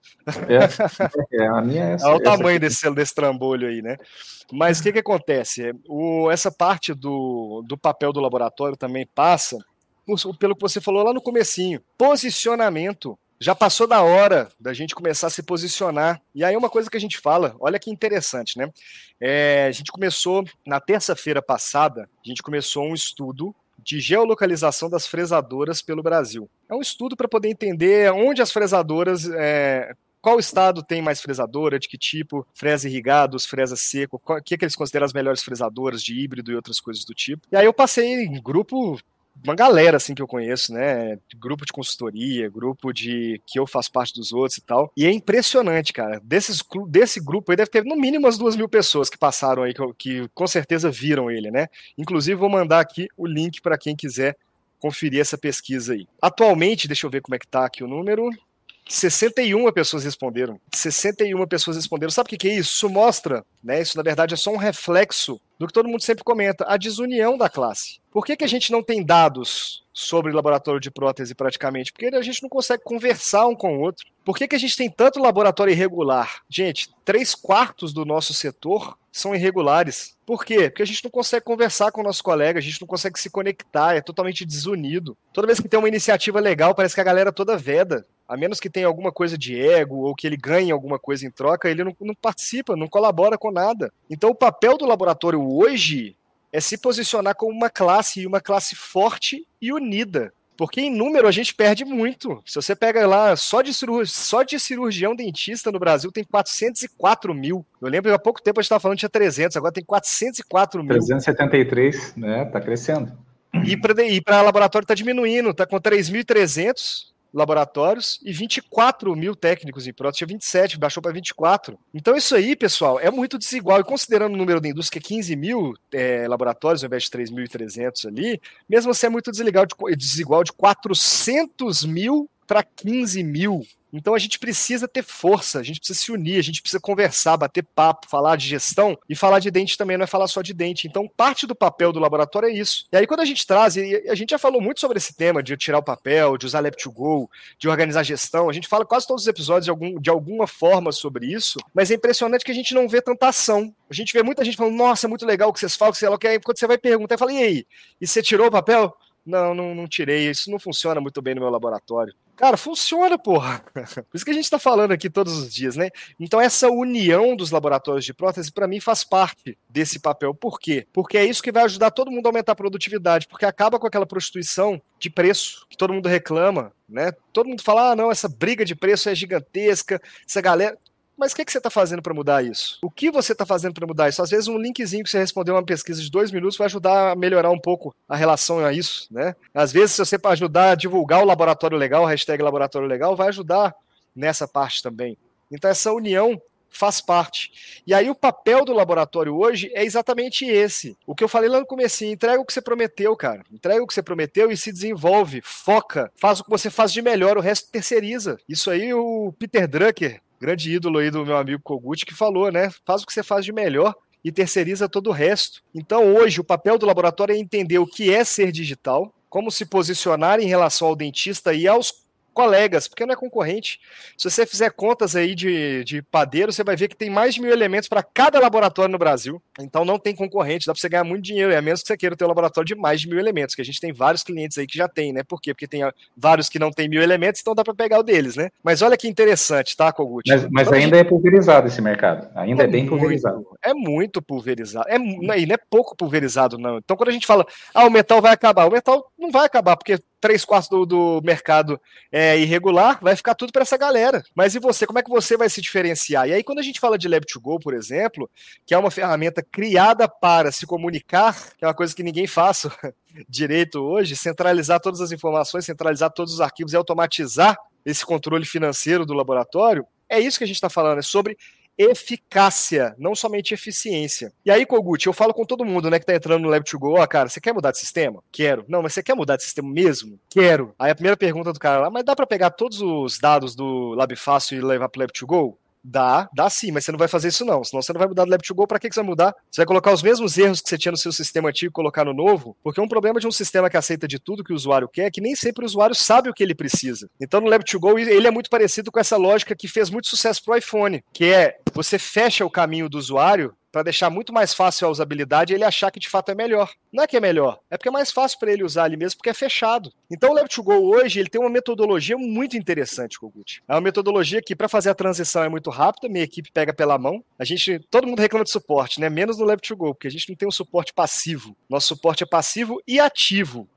É, é a minha é essa. Olha o tamanho desse, desse trambolho aí, né? Mas o que que acontece? O, essa parte do, do papel do laboratório também passa, pelo que você falou lá no comecinho, posicionamento. Já passou da hora da gente começar a se posicionar. E aí uma coisa que a gente fala, olha que interessante, né? É, a gente começou, na terça-feira passada, a gente começou um estudo de geolocalização das fresadoras pelo Brasil. É um estudo para poder entender onde as fresadoras, é, qual estado tem mais fresadora, de que tipo, fresa irrigados, fresa seco, o que, que eles consideram as melhores fresadoras de híbrido e outras coisas do tipo. E aí eu passei em grupo, uma galera assim que eu conheço, né, grupo de consultoria, grupo de que eu faço parte dos outros e tal, e é impressionante, cara, desses, desse grupo aí deve ter no mínimo umas duas mil pessoas que passaram aí, que, que com certeza viram ele, né, inclusive vou mandar aqui o link para quem quiser conferir essa pesquisa aí. Atualmente, deixa eu ver como é que tá aqui o número, sessenta e uma pessoas responderam. sessenta e uma pessoas responderam. Sabe o que, que é isso? Isso mostra, né? Isso na verdade é só um reflexo do que todo mundo sempre comenta, a desunião da classe. Por que, que a gente não tem dados sobre laboratório de prótese praticamente? Porque a gente não consegue conversar um com o outro. Por que, que a gente tem tanto laboratório irregular? Gente, três quartos do nosso setor são irregulares. Por quê? Porque a gente não consegue conversar com o nosso colega, a gente não consegue se conectar, é totalmente desunido. Toda vez que tem uma iniciativa legal, parece que a galera toda veda. A menos que tenha alguma coisa de ego ou que ele ganhe alguma coisa em troca, ele não, não participa, não colabora com nada. Então o papel do laboratório hoje é se posicionar como uma classe, e uma classe forte e unida. Porque em número a gente perde muito. Se você pega lá, só de, cirurg... só de cirurgião dentista no Brasil tem quatrocentos e quatro mil. Eu lembro que há pouco tempo a gente estava falando que tinha trezentos, agora tem quatrocentos e quatro mil. trezentos e setenta e três, né? Tá crescendo. E para laboratório está diminuindo, está com três mil e trezentos laboratórios e vinte e quatro mil técnicos em prótese, tinha vinte e sete, baixou para vinte e quatro. Então isso aí, pessoal, é muito desigual. E considerando o número da indústria, que é quinze mil é, laboratórios ao invés de três mil e trezentos ali, mesmo assim é muito desigual de, desigual de quatrocentos mil para quinze mil. Então a gente precisa ter força, a gente precisa se unir, a gente precisa conversar, bater papo, falar de gestão, e falar de dente também não é falar só de dente. Então parte do papel do laboratório é isso. E aí quando a gente traz, e a gente já falou muito sobre esse tema de tirar o papel, de usar Lab to Go, de organizar gestão, a gente fala quase todos os episódios de, algum, de alguma forma sobre isso, mas é impressionante que a gente não vê tanta ação. A gente vê muita gente falando, nossa, é muito legal o que vocês falam, que sei lá, que aí quando você vai perguntar, fala, e aí? E você tirou o papel? Não, não, não tirei, isso não funciona muito bem no meu laboratório. Cara, funciona, porra. Por isso que a gente tá falando aqui todos os dias, né? Então essa união dos laboratórios de prótese, para mim, faz parte desse papel. Por quê? Porque é isso que vai ajudar todo mundo a aumentar a produtividade, porque acaba com aquela prostituição de preço que todo mundo reclama, né? Todo mundo fala, ah, não, essa briga de preço é gigantesca, essa galera... Mas o que, que você está fazendo para mudar isso? O que você está fazendo para mudar isso? Às vezes um linkzinho que você respondeu uma pesquisa de dois minutos vai ajudar a melhorar um pouco a relação a isso, né? Às vezes, se você ajudar a divulgar o laboratório legal, o hashtag laboratório legal, vai ajudar nessa parte também. Então essa união faz parte. E aí o papel do laboratório hoje é exatamente esse. O que eu falei lá no comecinho, entrega o que você prometeu, cara. Entrega o que você prometeu e se desenvolve, foca, faz o que você faz de melhor, o resto terceiriza. Isso aí o Peter Drucker, grande ídolo aí do meu amigo Kogut, que falou, né? Faz o que você faz de melhor e terceiriza todo o resto. Então hoje o papel do laboratório é entender o que é ser digital, como se posicionar em relação ao dentista e aos colegas, porque não é concorrente. Se você fizer contas aí de, de padeiro, você vai ver que tem mais de mil elementos para cada laboratório no Brasil. Então não tem concorrente, dá para você ganhar muito dinheiro, é menos que você queira ter um laboratório de mais de mil elementos, que a gente tem vários clientes aí que já tem, né? Por quê? Porque tem vários que não tem mil elementos, então dá para pegar o deles, né? Mas olha que interessante, tá, Kogut? Mas, mas ainda gente... é pulverizado esse mercado, ainda é, é bem muito, pulverizado. É muito pulverizado, é, não, e não é pouco pulverizado, não. Então quando a gente fala, ah, o metal vai acabar, o metal não vai acabar, porque três quartos do, do mercado é irregular, vai ficar tudo para essa galera. Mas e você? Como é que você vai se diferenciar? E aí, quando a gente fala de Lab to Go, por exemplo, que é uma ferramenta criada para se comunicar, que é uma coisa que ninguém faz direito hoje, centralizar todas as informações, centralizar todos os arquivos e automatizar esse controle financeiro do laboratório, é isso que a gente está falando, é sobre eficácia, não somente eficiência. E aí, Kogut, eu falo com todo mundo, né, que tá entrando no Lab to Go, ó, oh, cara, você quer mudar de sistema? Quero. Não, mas você quer mudar de sistema mesmo? Quero. Aí a primeira pergunta do cara lá, mas dá para pegar todos os dados do Lab Fácil e levar pro Lab to Go? Dá, dá sim, mas você não vai fazer isso não, senão você não vai mudar do Lab to Go, pra que você vai mudar? Você vai colocar os mesmos erros que você tinha no seu sistema antigo e colocar no novo? Porque um problema de um sistema que aceita de tudo que o usuário quer é que nem sempre o usuário sabe o que ele precisa. Então no Lab to Go ele é muito parecido com essa lógica que fez muito sucesso pro iPhone, que é, você fecha o caminho do usuário para deixar muito mais fácil a usabilidade e ele achar que de fato é melhor. Não é que é melhor, é porque é mais fácil para ele usar ali mesmo, porque é fechado. Então o Lab to Go hoje ele tem uma metodologia muito interessante, Kogut. É uma metodologia que para fazer a transição é muito rápida, minha equipe pega pela mão. A gente, todo mundo reclama de suporte, né? Menos no Lab to Go, porque a gente não tem um suporte passivo. Nosso suporte é passivo e ativo.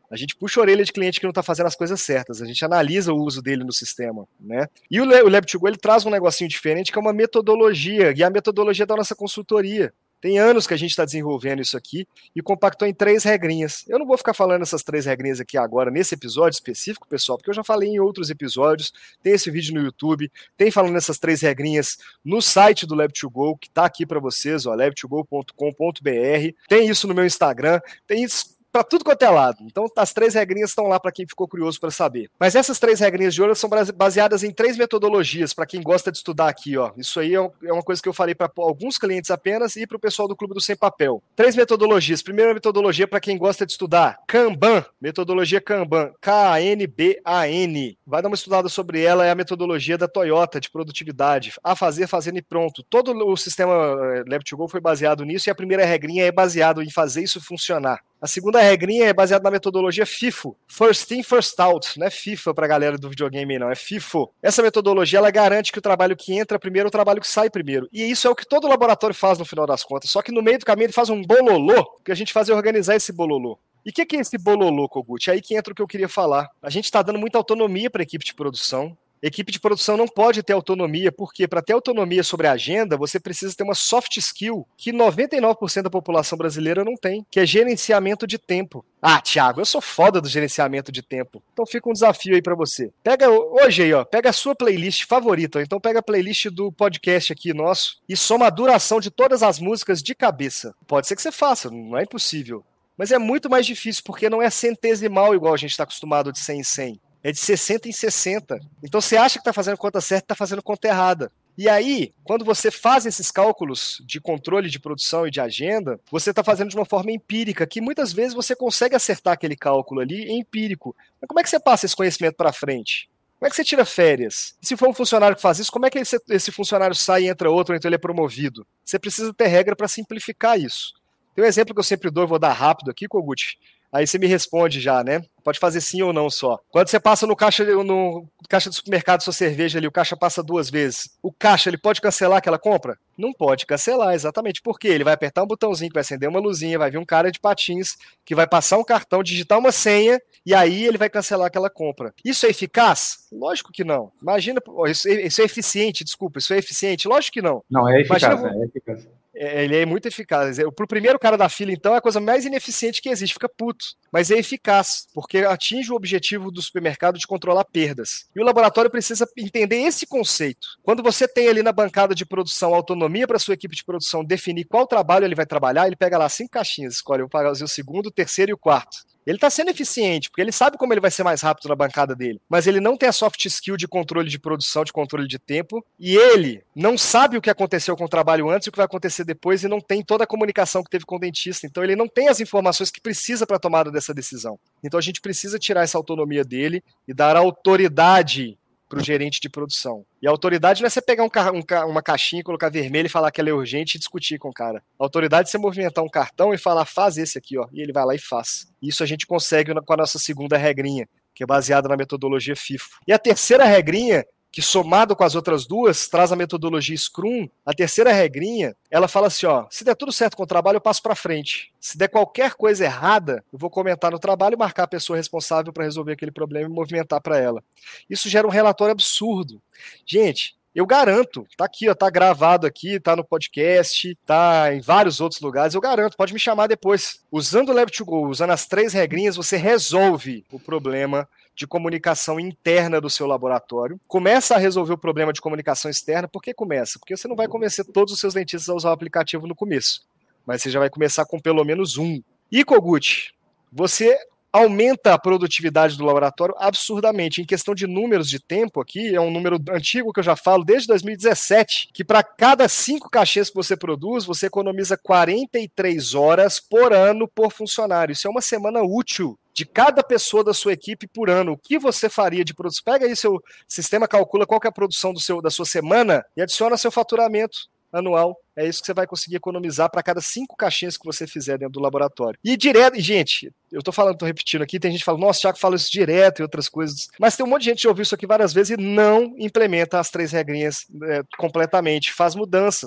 A gente puxa a orelha de cliente que não está fazendo as coisas certas, a gente analisa o uso dele no sistema, né? E o Lab to Go, ele traz um negocinho diferente, que é uma metodologia, e a metodologia da nossa consultoria. Tem anos que a gente está desenvolvendo isso aqui e compactou em três regrinhas. Eu não vou ficar falando essas três regrinhas aqui agora, nesse episódio específico, pessoal, porque eu já falei em outros episódios, tem esse vídeo no YouTube, tem falando essas três regrinhas no site do Lab to Go, que está aqui para vocês, ó, lab to go ponto com ponto b r, tem isso no meu Instagram, tem isso para tudo quanto é lado. Então, as três regrinhas estão lá para quem ficou curioso para saber. Mas essas três regrinhas de ouro são baseadas em três metodologias, para quem gosta de estudar aqui, ó. Isso aí é uma coisa que eu falei para alguns clientes apenas e para o pessoal do Clube do Sem Papel. Três metodologias. Primeira metodologia para quem gosta de estudar, Kanban, metodologia Kanban, K A N B A N. Vai dar uma estudada sobre ela, é a metodologia da Toyota de produtividade. A fazer, fazendo e pronto. Todo o sistema Lab to Go foi baseado nisso e a primeira regrinha é baseado em fazer isso funcionar. A segunda regrinha é baseada na metodologia FIFO, First In, First Out, não é FIFA pra galera do videogame não, é FIFO. Essa metodologia, ela garante que o trabalho que entra primeiro é o trabalho que sai primeiro. E isso é o que todo laboratório faz no final das contas, só que no meio do caminho ele faz um bololô, que a gente faz é organizar esse bololô. E o que, que é esse bololô, Kogut? É aí que entra o que eu queria falar. A gente está dando muita autonomia para a equipe de produção. Equipe de produção não pode ter autonomia, porque para ter autonomia sobre a agenda, você precisa ter uma soft skill que noventa e nove por cento da população brasileira não tem, que é gerenciamento de tempo. Ah, Thiago, eu sou foda do gerenciamento de tempo. Então fica um desafio aí para você. Pega hoje aí, ó, pega a sua playlist favorita, então pega a playlist do podcast aqui nosso e soma a duração de todas as músicas de cabeça. Pode ser que você faça, não é impossível. Mas é muito mais difícil, porque não é centesimal igual a gente está acostumado de cem em cem. É de sessenta em sessenta. Então você acha que está fazendo conta certa e está fazendo conta errada. E aí, quando você faz esses cálculos de controle de produção e de agenda, você está fazendo de uma forma empírica, que muitas vezes você consegue acertar aquele cálculo ali empírico. Mas como é que você passa esse conhecimento para frente? Como é que você tira férias? E se for um funcionário que faz isso, como é que esse, esse funcionário sai e entra outro, ou então ele é promovido? Você precisa ter regra para simplificar isso. Tem um exemplo que eu sempre dou, eu vou dar rápido aqui, Kogut. Aí você me responde já, né? Pode fazer sim ou não só. Quando você passa no caixa, no caixa do supermercado sua cerveja ali, o caixa passa duas vezes. O caixa, ele pode cancelar aquela compra? Não pode cancelar, exatamente. Por quê? Ele vai apertar um botãozinho que vai acender uma luzinha, vai vir um cara de patins que vai passar um cartão, digitar uma senha e aí ele vai cancelar aquela compra. Isso é eficaz? Lógico que não. Imagina, isso é, isso é eficiente, desculpa, isso é eficiente? Lógico que não. Não, é eficaz, Imagina, é eficaz. Ele é muito eficaz. Pro primeiro cara da fila, então, é a coisa mais ineficiente que existe, fica puto. Mas é eficaz, porque atinge o objetivo do supermercado de controlar perdas. E o laboratório precisa entender esse conceito. Quando você tem ali na bancada de produção autonomia para sua equipe de produção definir qual trabalho ele vai trabalhar, ele pega lá cinco caixinhas, escolhe eu fazer o segundo, o terceiro e o quarto. Ele está sendo eficiente, porque ele sabe como ele vai ser mais rápido na bancada dele, mas ele não tem a soft skill de controle de produção, de controle de tempo, e ele não sabe o que aconteceu com o trabalho antes e o que vai acontecer depois, e não tem toda a comunicação que teve com o dentista, então ele não tem as informações que precisa para a tomada dessa decisão. Então a gente precisa tirar essa autonomia dele e dar autoridade para o gerente de produção. E a autoridade não é você pegar um ca- um ca- uma caixinha, colocar vermelho e falar que ela é urgente e discutir com o cara. A autoridade é você movimentar um cartão e falar, faz esse aqui, ó, e ele vai lá e faz. Isso a gente consegue com a nossa segunda regrinha, que é baseada na metodologia FIFO. E a terceira regrinha, que somado com as outras duas, traz a metodologia Scrum, a terceira regrinha, ela fala assim, ó, se der tudo certo com o trabalho, eu passo para frente. Se der qualquer coisa errada, eu vou comentar no trabalho, marcar a pessoa responsável para resolver aquele problema e movimentar para ela. Isso gera um relatório absurdo. Gente, eu garanto, tá aqui, ó, tá gravado aqui, tá no podcast, tá em vários outros lugares, eu garanto, pode me chamar depois. Usando o Lab to Go, usando as três regrinhas, você resolve o problema de comunicação interna do seu laboratório, começa a resolver o problema de comunicação externa. Por que começa? Porque você não vai convencer todos os seus dentistas a usar o aplicativo no começo, mas você já vai começar com pelo menos um. E, Kogut, você aumenta a produtividade do laboratório absurdamente. Em questão de números de tempo aqui, é um número antigo que eu já falo desde dois mil e dezessete, que para cada cinco cachês que você produz, você economiza quarenta e três horas por ano por funcionário. Isso é uma semana útil de cada pessoa da sua equipe por ano. O que você faria de produção? Pega aí seu sistema, calcula qual que é a produção do seu, da sua semana e adiciona seu faturamento anual. É isso que você vai conseguir economizar para cada cinco caixinhas que você fizer dentro do laboratório. E direto, e gente, eu tô falando, tô repetindo aqui, tem gente que fala, nossa, o Thiago fala isso direto e outras coisas, mas tem um monte de gente que ouviu isso aqui várias vezes e não implementa as três regrinhas é, completamente, faz mudanças.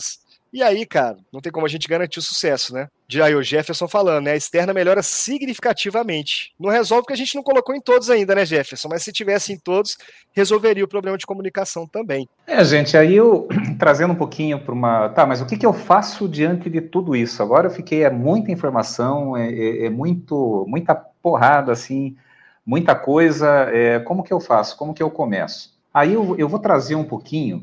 E aí, cara, não tem como a gente garantir o sucesso, né? De aí o Jefferson falando, né? A externa melhora significativamente. Não resolve porque a gente não colocou em todos ainda, né, Jefferson? Mas se tivesse em todos, resolveria o problema de comunicação também. É, gente, aí eu trazendo um pouquinho para uma... Tá, mas o que, que eu faço diante de tudo isso? Agora eu fiquei, é muita informação, é, é, é muito, muita porrada, assim, muita coisa. É, como que eu faço? Como que eu começo? Aí eu, eu vou trazer um pouquinho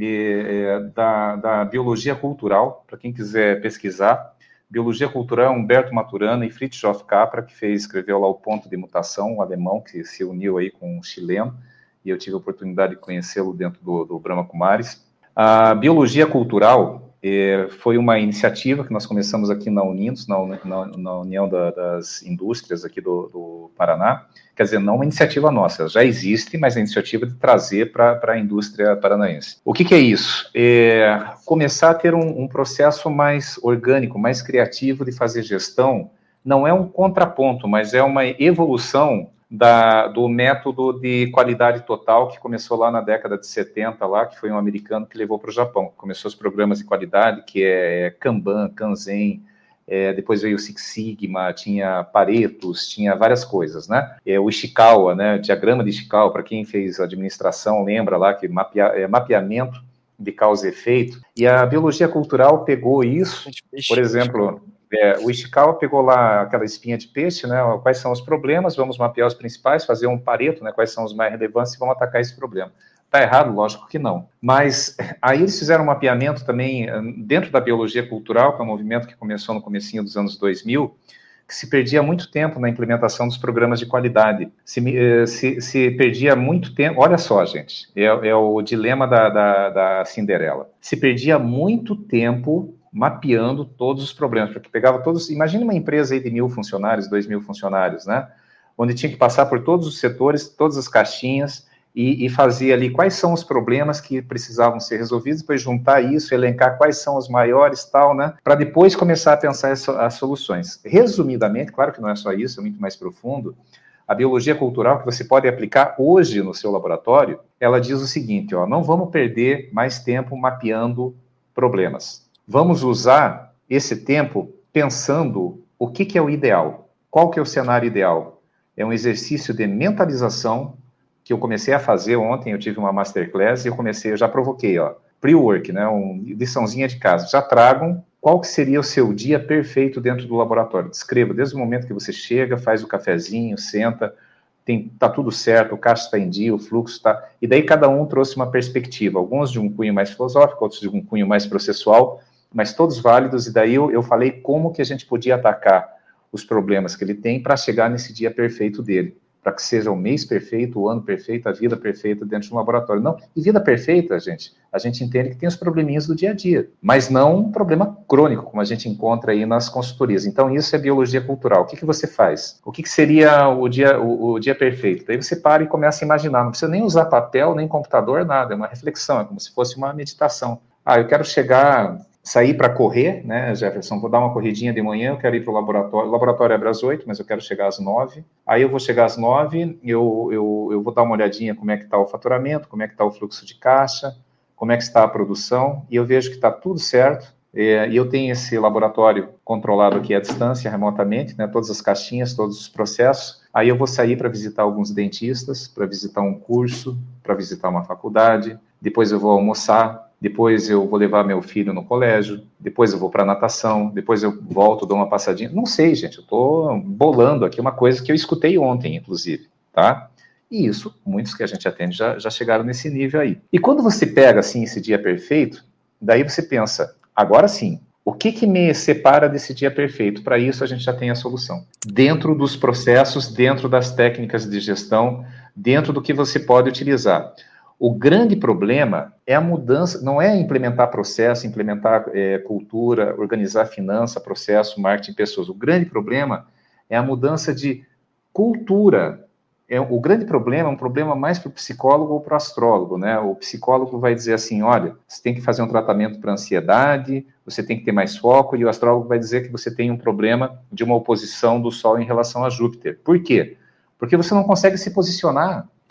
é, da, da biologia cultural, para quem quiser pesquisar. Biologia cultural, Humberto Maturana e Fritjof Capra, que fez, escreveu lá o Ponto de Mutação, um alemão que se uniu aí com um chileno, e eu tive a oportunidade de conhecê-lo dentro do, do Brahma Kumaris. A biologia cultural eh, foi uma iniciativa que nós começamos aqui na Unidos, na, na, na União da, das Indústrias aqui do, do Paraná. Quer dizer, não uma iniciativa nossa, já existe, mas a iniciativa de trazer para a indústria paranaense. O que, que é isso? É começar a ter um, um processo mais orgânico, mais criativo de fazer gestão. Não é um contraponto, mas é uma evolução Da, do método de qualidade total que começou lá na década de setenta, lá, que foi um americano que levou para o Japão. Começou os programas de qualidade, que é Kanban, Kanzen, é, depois veio o Six Sigma, tinha Paretos, tinha várias coisas, né? É, o Ishikawa, né? Diagrama de Ishikawa, para quem fez administração, lembra lá que mapea, é, mapeamento de causa e efeito. E a biologia cultural pegou isso, por exemplo... É, o Ishikawa pegou lá aquela espinha de peixe, né? Quais são os problemas, vamos mapear os principais, fazer um pareto, né? Quais são os mais relevantes e vamos atacar esse problema. Está errado? Lógico que não. Mas aí eles fizeram um mapeamento também dentro da biologia cultural, que é um movimento que começou no comecinho dos anos dois mil, que se perdia muito tempo na implementação dos programas de qualidade. Se, se, se perdia muito tempo... Olha só, gente, é, é o dilema da, da, da Cinderela. Se perdia muito tempo... mapeando todos os problemas, porque pegava todos... Imagina uma empresa aí de mil funcionários, dois mil funcionários, né? Onde tinha que passar por todos os setores, todas as caixinhas, e, e fazia ali quais são os problemas que precisavam ser resolvidos, depois juntar isso, elencar quais são os maiores, tal, né? Para depois começar a pensar as, as soluções. Resumidamente, claro que não é só isso, é muito mais profundo, a biologia cultural que você pode aplicar hoje no seu laboratório, ela diz o seguinte, ó, não vamos perder mais tempo mapeando problemas. Vamos usar esse tempo pensando o que, que é o ideal. Qual que é o cenário ideal? É um exercício de mentalização que eu comecei a fazer ontem, eu tive uma masterclass e eu comecei, eu já provoquei, ó, pre-work, né, uma liçãozinha de casa. Já tragam qual que seria o seu dia perfeito dentro do laboratório. Descreva desde o momento que você chega, faz o cafezinho, senta, tem, tá tudo certo, o caixa está em dia, o fluxo está... E daí cada um trouxe uma perspectiva, alguns de um cunho mais filosófico, outros de um cunho mais processual, mas todos válidos, e daí eu, eu falei como que a gente podia atacar os problemas que ele tem para chegar nesse dia perfeito dele, para que seja o mês perfeito, o ano perfeito, a vida perfeita dentro de um laboratório. Não, e vida perfeita, gente, a gente entende que tem os probleminhas do dia a dia, mas não um problema crônico, como a gente encontra aí nas consultorias. Então, isso é biologia cultural. O que, que você faz? O que, que seria o dia, o, o dia perfeito? Daí você para e começa a imaginar, não precisa nem usar papel, nem computador, nada, é uma reflexão, é como se fosse uma meditação. Ah, eu quero chegar... sair para correr, né, Jefferson, vou dar uma corridinha de manhã, eu quero ir para o laboratório, o laboratório abre às oito, mas eu quero chegar às nove, aí eu vou chegar às nove, eu, eu, eu vou dar uma olhadinha como é que está o faturamento, como é que está o fluxo de caixa, como é que está a produção, e eu vejo que está tudo certo, é, e eu tenho esse laboratório controlado aqui à distância, remotamente, né, todas as caixinhas, todos os processos, aí eu vou sair para visitar alguns dentistas, para visitar um curso, para visitar uma faculdade, depois eu vou almoçar, depois eu vou levar meu filho no colégio, depois eu vou para natação, depois eu volto, dou uma passadinha. Não sei, gente, eu estou bolando aqui uma coisa que eu escutei ontem, inclusive, tá? E isso, muitos que a gente atende já, já chegaram nesse nível aí. E quando você pega, assim, esse dia perfeito, daí você pensa, agora sim, o que que me separa desse dia perfeito? Para isso a gente já tem a solução. Dentro dos processos, dentro das técnicas de gestão, dentro do que você pode utilizar. O grande problema é a mudança, não é implementar processo, implementar é, cultura, organizar finança, processo, marketing, pessoas. O grande problema é a mudança de cultura. É, o grande problema é um problema mais para o psicólogo ou para o astrólogo, né? O psicólogo vai dizer assim, olha, você tem que fazer um tratamento para ansiedade, você tem que ter mais foco, e o astrólogo vai dizer que você tem um problema de uma oposição do Sol em relação a Júpiter. Por quê? Porque você não consegue se posicionar.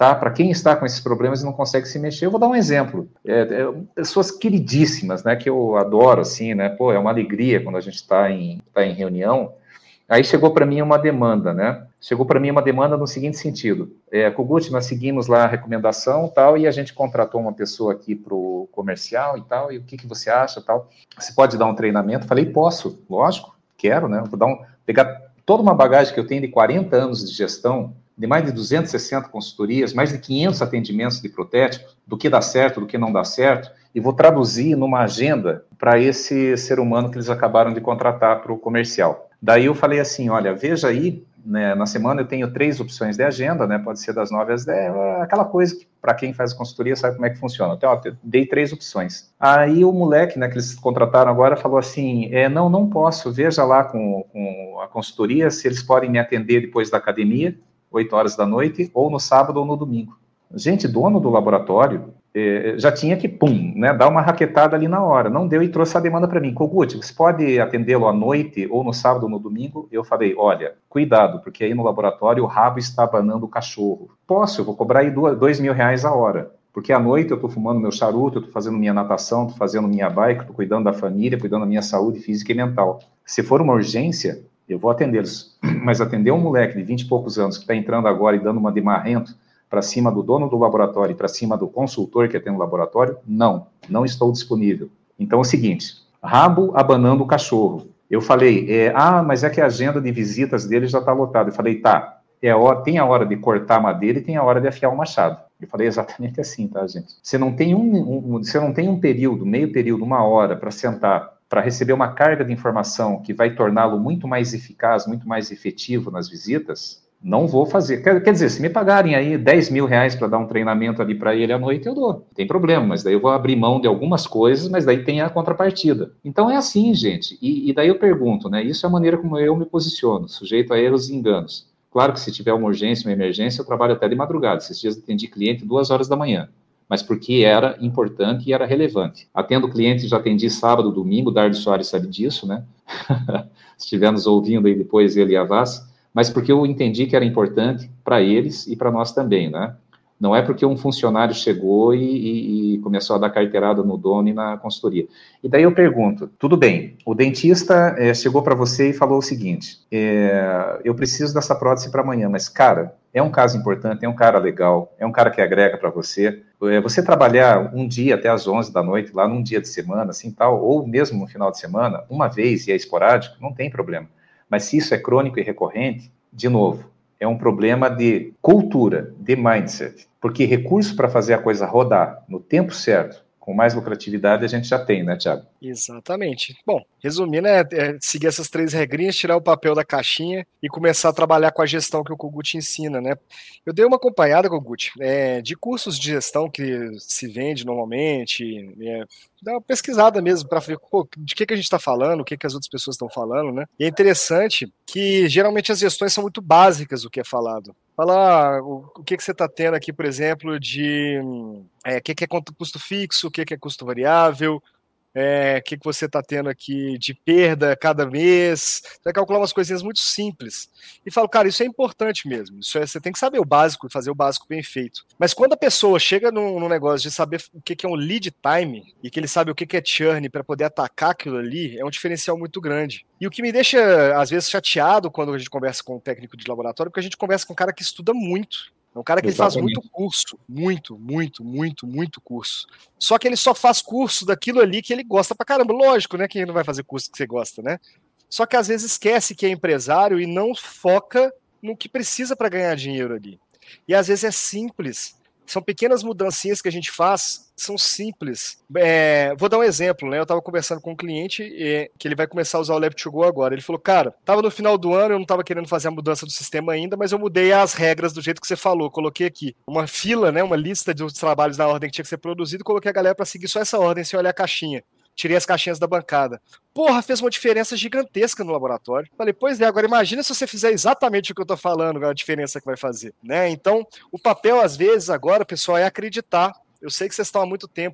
tá? Para quem está com esses problemas e não consegue se mexer, eu vou dar um exemplo. É, é, pessoas queridíssimas, né, que eu adoro, assim, né, pô, é uma alegria quando a gente está em, tá em reunião. Aí chegou para mim uma demanda, né? Chegou para mim uma demanda no seguinte sentido. É, Kogut, nós seguimos lá a recomendação tal, e a gente contratou uma pessoa aqui para o comercial e tal, e o que, que você acha tal? Você pode dar um treinamento? Falei, posso, lógico, quero, né? Vou dar um, pegar toda uma bagagem que eu tenho de quarenta anos de gestão, de mais de duzentas e sessenta consultorias, mais de quinhentos atendimentos de protéticos, do que dá certo, do que não dá certo, e vou traduzir numa agenda para esse ser humano que eles acabaram de contratar para o comercial. Daí eu falei assim, olha, veja aí, né, na semana eu tenho três opções de agenda, né, pode ser das nove às dez, aquela coisa que para quem faz consultoria sabe como é que funciona. Então, ó, dei três opções. Aí o moleque, né, que eles contrataram agora, falou assim, é, não, não posso, veja lá com, com a consultoria se eles podem me atender depois da academia, oito horas da noite, ou no sábado ou no domingo. Gente, dono do laboratório, eh, já tinha que, pum, né, dar uma raquetada ali na hora. Não deu e trouxe a demanda para mim. Kogut, você pode atendê-lo à noite, ou no sábado ou no domingo? Eu falei, olha, cuidado, porque aí no laboratório o rabo está abanando o cachorro. Posso, eu vou cobrar aí dois mil reais a hora. Porque à noite eu estou fumando meu charuto, eu estou fazendo minha natação, estou fazendo minha bike, estou cuidando da família, cuidando da minha saúde física e mental. Se for uma urgência, eu vou atendê-los. Mas atender um moleque de vinte e poucos anos que está entrando agora e dando uma de marrento para cima do dono do laboratório e para cima do consultor que atende o laboratório, não, não estou disponível. Então é o seguinte, rabo abanando o cachorro. Eu falei, é, ah, mas é que a agenda de visitas dele já está lotada. Eu falei, tá, é a hora, tem a hora de cortar a madeira e tem a hora de afiar o machado. Eu falei exatamente assim, tá, gente? Você não tem um, um, você não tem um período, meio período, uma hora para sentar, para receber uma carga de informação que vai torná-lo muito mais eficaz, muito mais efetivo nas visitas, não vou fazer. Quer, quer dizer, se me pagarem aí dez mil reais para dar um treinamento ali para ele à noite, eu dou. Não tem problema, mas daí eu vou abrir mão de algumas coisas, mas daí tem a contrapartida. Então é assim, gente. E, e daí eu pergunto, né? Isso é a maneira como eu me posiciono, sujeito a erros e enganos. Claro que se tiver uma urgência, uma emergência, eu trabalho até de madrugada. Esses dias eu atendi cliente duas horas da manhã, mas porque era importante e era relevante. Atendo cliente, já atendi sábado, domingo, Dardo Soares sabe disso, né? Se estiver nos ouvindo aí depois, ele e a Vaz, mas porque eu entendi que era importante para eles e para nós também, né? Não é porque um funcionário chegou e, e, e começou a dar carteirada no dono e na consultoria. E daí eu pergunto, tudo bem, o dentista é, chegou para você e falou o seguinte, é, eu preciso dessa prótese para amanhã, mas, cara, é um caso importante, é um cara legal, é um cara que agrega para você. É, você trabalhar um dia até as onze da noite, lá num dia de semana, assim, tal, ou mesmo no final de semana, uma vez e é esporádico, não tem problema. Mas se isso é crônico e recorrente, de novo, é um problema de cultura, de mindset. Porque recurso para fazer a coisa rodar no tempo certo, com mais lucratividade, a gente já tem, né, Thiago? Exatamente. Bom, resumindo, é, é seguir essas três regrinhas, tirar o papel da caixinha e começar a trabalhar com a gestão que o Kogut ensina, né? Eu dei uma acompanhada, Kogut, é, de cursos de gestão que se vende normalmente, é, dá uma pesquisada mesmo para ver pô, de que, que a gente está falando, o que, que as outras pessoas estão falando, né? E é interessante que geralmente as gestões são muito básicas do que é falado. Fala o, o que, que você está tendo aqui, por exemplo, de é, o que, que é custo fixo, o que, que é custo variável, é, o que, que você está tendo aqui de perda cada mês. Você vai calcular umas coisinhas muito simples. E falo, cara, isso é importante mesmo. Isso é, você tem que saber o básico e fazer o básico bem feito. Mas quando a pessoa chega num, num negócio de saber o que, que é um lead time e que ele sabe o que, que é churn para poder atacar aquilo ali, é um diferencial muito grande. E o que me deixa, às vezes, chateado quando a gente conversa com um técnico de laboratório, porque a gente conversa com um cara que estuda muito. É um cara que ele faz muito curso, muito, muito, muito, muito curso. Só que ele só faz curso daquilo ali que ele gosta pra caramba. Lógico, né? Quem não vai fazer curso que você gosta, né? Só que às vezes esquece que é empresário e não foca no que precisa para ganhar dinheiro ali. E às vezes é simples. São pequenas mudancinhas que a gente faz, são simples. É, vou dar um exemplo, né? Eu estava conversando com um cliente e, que ele vai começar a usar o Lab to Go agora. Ele falou, cara, estava no final do ano, eu não estava querendo fazer a mudança do sistema ainda, mas eu mudei as regras do jeito que você falou. Coloquei aqui uma fila, né? Uma lista de trabalhos na ordem que tinha que ser produzido, coloquei a galera para seguir só essa ordem, sem olhar a caixinha. Tirei as caixinhas da bancada. Porra, fez uma diferença gigantesca no laboratório. Falei, pois é, agora imagina se você fizer exatamente o que eu tô falando, a diferença que vai fazer, né? Então, o papel, às vezes, agora, pessoal, é acreditar. Eu sei que vocês estão há muito tempo aí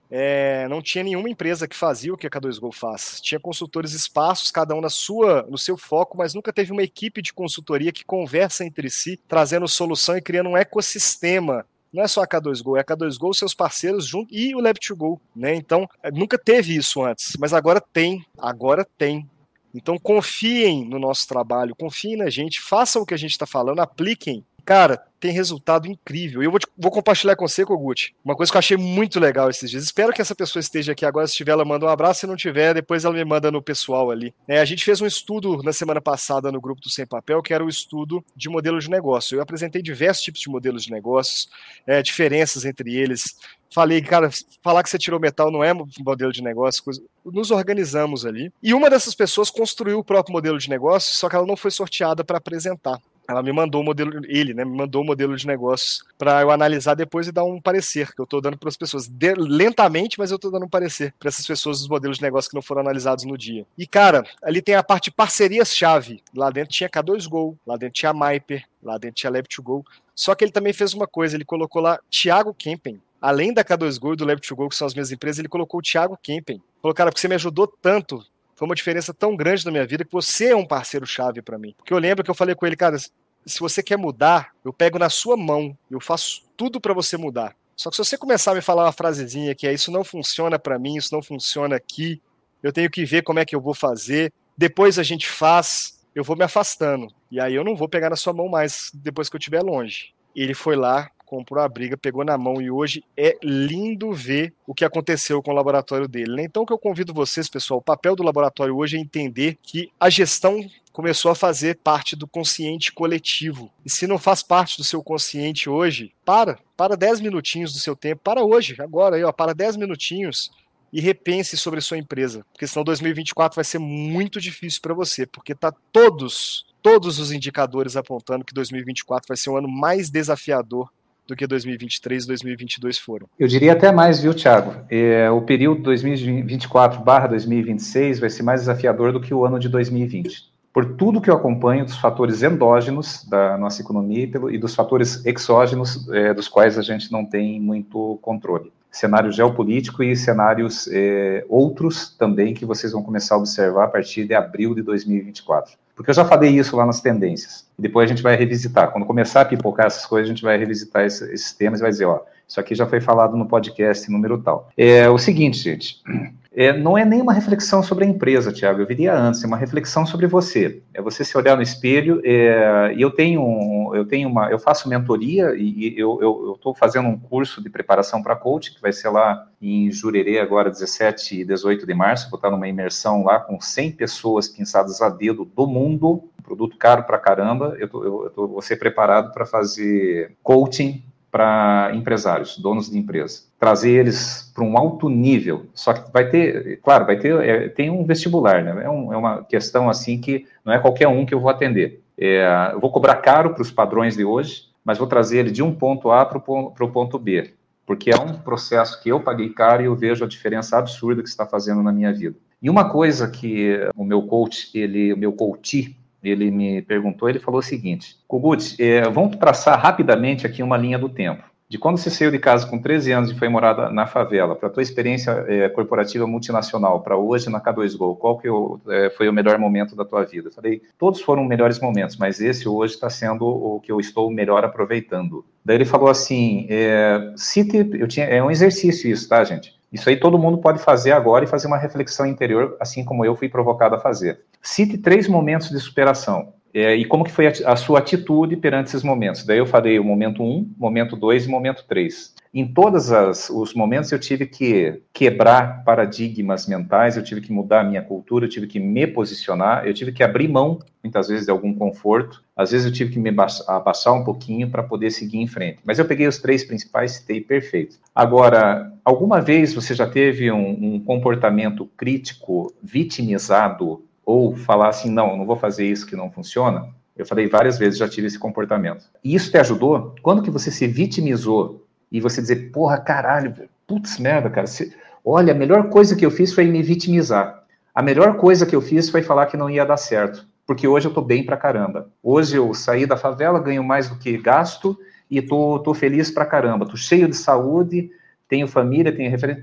é, não tinha nenhuma empresa que fazia o que a K dois Go faz. Tinha consultores esparsos, cada um na sua, no seu foco, mas nunca teve uma equipe de consultoria que conversa entre si, trazendo solução e criando um ecossistema. Não é só a K dois Go, é a K dois Go, seus parceiros junto, e o Lab to Go, né? Então, nunca teve isso antes, mas agora tem, agora tem. Então, confiem no nosso trabalho, confiem na gente, façam o que a gente está falando, apliquem. Cara, tem resultado incrível. E eu vou, te, vou compartilhar com você, Kogut, uma coisa que eu achei muito legal esses dias. Espero que essa pessoa esteja aqui agora. Se tiver, ela manda um abraço. Se não tiver, depois ela me manda no pessoal ali. É, a gente fez um estudo na semana passada no grupo do Sem Papel, que era o estudo de modelo de negócio. Eu apresentei diversos tipos de modelos de negócios, é, diferenças entre eles. Falei, cara, falar que você tirou metal não é modelo de negócio. Coisa... Nos organizamos ali. E uma dessas pessoas construiu o próprio modelo de negócio, só que ela não foi sorteada para apresentar. Ela me mandou o modelo, ele, né, me mandou o modelo de negócios para eu analisar depois e dar um parecer, que eu estou dando para as pessoas, de, lentamente, mas eu estou dando um parecer para essas pessoas dos modelos de negócio que não foram analisados no dia. E, cara, ali tem a parte de parcerias-chave. Lá dentro tinha K dois Go, lá dentro tinha Myper, lá dentro tinha Lab to Go. Só que ele também fez uma coisa, ele colocou lá Thiago Kempen. Além da K dois Go e do Lab to Go, que são as minhas empresas, ele colocou o Thiago Kempen. Falou, cara, porque você me ajudou tanto, foi uma diferença tão grande na minha vida que você é um parceiro-chave para mim. Porque eu lembro que eu falei com ele, cara, se você quer mudar, eu pego na sua mão, eu faço tudo para você mudar. Só que se você começar a me falar uma frasezinha que é isso não funciona para mim, isso não funciona aqui, eu tenho que ver como é que eu vou fazer, depois a gente faz, eu vou me afastando. E aí eu não vou pegar na sua mão mais depois que eu estiver longe. Ele foi lá, comprou a briga, pegou na mão e hoje é lindo ver o que aconteceu com o laboratório dele. Então o que eu convido vocês, pessoal, o papel do laboratório hoje é entender que a gestão começou a fazer parte do consciente coletivo. E se não faz parte do seu consciente hoje, para, para dez minutinhos do seu tempo, para hoje, agora, aí, ó, para dez minutinhos e repense sobre a sua empresa, porque senão dois mil e vinte e quatro vai ser muito difícil para você, porque tá todos, todos os indicadores apontando que dois mil e vinte e quatro vai ser um ano mais desafiador do que dois mil e vinte e três e dois mil e vinte e dois foram. Eu diria até mais, viu, Thiago? É, o período dois mil e vinte e quatro barra dois mil e vinte e seis vai ser mais desafiador do que o ano de dois mil e vinte. Por tudo que eu acompanho dos fatores endógenos da nossa economia e dos fatores exógenos, é, dos quais a gente não tem muito controle. Cenário geopolítico e cenários é, outros também que vocês vão começar a observar a partir de abril de dois mil e vinte e quatro. Porque eu já falei isso lá nas tendências. E depois a gente vai revisitar. Quando começar a pipocar essas coisas, a gente vai revisitar esse, esses temas e vai dizer, ó, isso aqui já foi falado no podcast número tal. É o seguinte, gente, é, não é nem uma reflexão sobre a empresa, Thiago, eu viria antes, é uma reflexão sobre você. É você se olhar no espelho, é, e eu tenho, eu tenho uma, eu faço mentoria e, e eu estou fazendo um curso de preparação para coach, que vai ser lá em Jurerê, agora dezessete e dezoito de março, vou estar numa imersão lá com cem pessoas pinçadas a dedo do mundo, produto caro pra caramba, eu, tô, eu, eu tô, vou ser preparado para fazer coaching para empresários, donos de empresa, trazer eles para um alto nível, só que vai ter, claro, vai ter, é, tem um vestibular, né, é, um, é uma questão assim que não é qualquer um que eu vou atender, é, eu vou cobrar caro para os padrões de hoje, mas vou trazer ele de um ponto A para o ponto B, porque é um processo que eu paguei caro e eu vejo a diferença absurda que está fazendo na minha vida. E uma coisa que o meu coach, ele, o meu coach, ele me perguntou, ele falou o seguinte, Kogut, é, vamos traçar rapidamente aqui uma linha do tempo. De quando você saiu de casa com treze anos e foi morar na favela, para a tua experiência é, corporativa multinacional, para hoje na K dois Go, qual que eu, é, foi o melhor momento da tua vida? Eu falei, todos foram melhores momentos, mas esse hoje está sendo o que eu estou melhor aproveitando. Daí ele falou assim, é, cite, eu tinha, é um exercício isso, tá, gente? Isso aí todo mundo pode fazer agora e fazer uma reflexão interior, assim como eu fui provocado a fazer. Cite três momentos de superação. É, e como que foi a, a sua atitude perante esses momentos? Daí eu falei o momento um, momento dois e momento três. Em todos as, os momentos eu tive que quebrar paradigmas mentais, eu tive que mudar a minha cultura, eu tive que me posicionar, eu tive que abrir mão, muitas vezes, de algum conforto. Às vezes eu tive que me abaixar um pouquinho para poder seguir em frente. Mas eu peguei os três principais, citei perfeito. Agora, alguma vez você já teve um, um comportamento crítico, vitimizado, ou falar assim, não, não vou fazer isso que não funciona? Eu falei várias vezes, já tive esse comportamento. E isso te ajudou? Quando que você se vitimizou e você dizer, porra, caralho, putz, merda, cara, se... olha, a melhor coisa que eu fiz foi me vitimizar. A melhor coisa que eu fiz foi falar que não ia dar certo, porque hoje eu tô bem pra caramba. Hoje eu saí da favela, ganho mais do que gasto e tô, tô feliz pra caramba. Tô cheio de saúde, tenho família, tenho referência.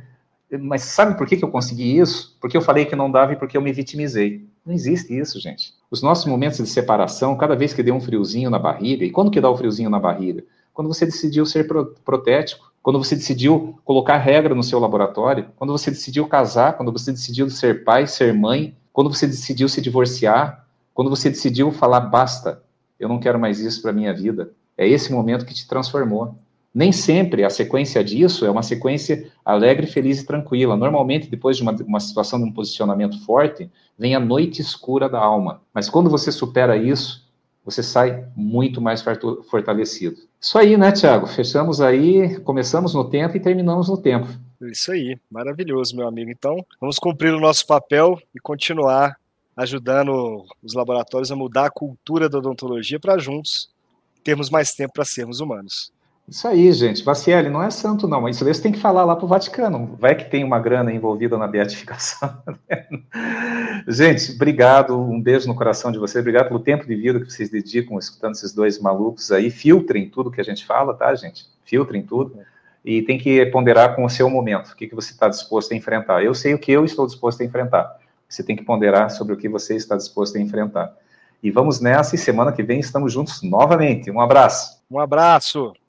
mas sabe por que, que eu consegui isso? Porque eu falei que não dava e porque eu me vitimizei. Não existe isso, gente. Os nossos momentos de separação, cada vez que deu um friozinho na barriga, e quando que dá o friozinho na barriga? Quando você decidiu ser pro, protético, quando você decidiu colocar regra no seu laboratório, quando você decidiu casar, quando você decidiu ser pai, ser mãe, quando você decidiu se divorciar, quando você decidiu falar, basta, eu não quero mais isso para a minha vida. É esse momento que te transformou. Nem sempre a sequência disso é uma sequência alegre, feliz e tranquila. Normalmente, depois de uma, uma situação de um posicionamento forte, vem a noite escura da alma. Mas quando você supera isso, você sai muito mais fortalecido. Isso aí, né, Tiago? Fechamos aí, começamos no tempo e terminamos no tempo. Isso aí, maravilhoso, meu amigo. Então, vamos cumprir o nosso papel e continuar ajudando os laboratórios a mudar a cultura da odontologia para juntos termos mais tempo para sermos humanos. Isso aí, gente. Bacielli, não é santo, não. Isso aí você tem que falar lá para o Vaticano. Vai que tem uma grana envolvida na beatificação. Gente, obrigado. Um beijo no coração de vocês. Obrigado pelo tempo de vida que vocês dedicam escutando esses dois malucos aí. Filtrem tudo que a gente fala, tá, gente? Filtrem tudo. E tem que ponderar com o seu momento. O que, que você está disposto a enfrentar. Eu sei o que eu estou disposto a enfrentar. Você tem que ponderar sobre o que você está disposto a enfrentar. E vamos nessa, e semana que vem estamos juntos novamente. Um abraço. Um abraço.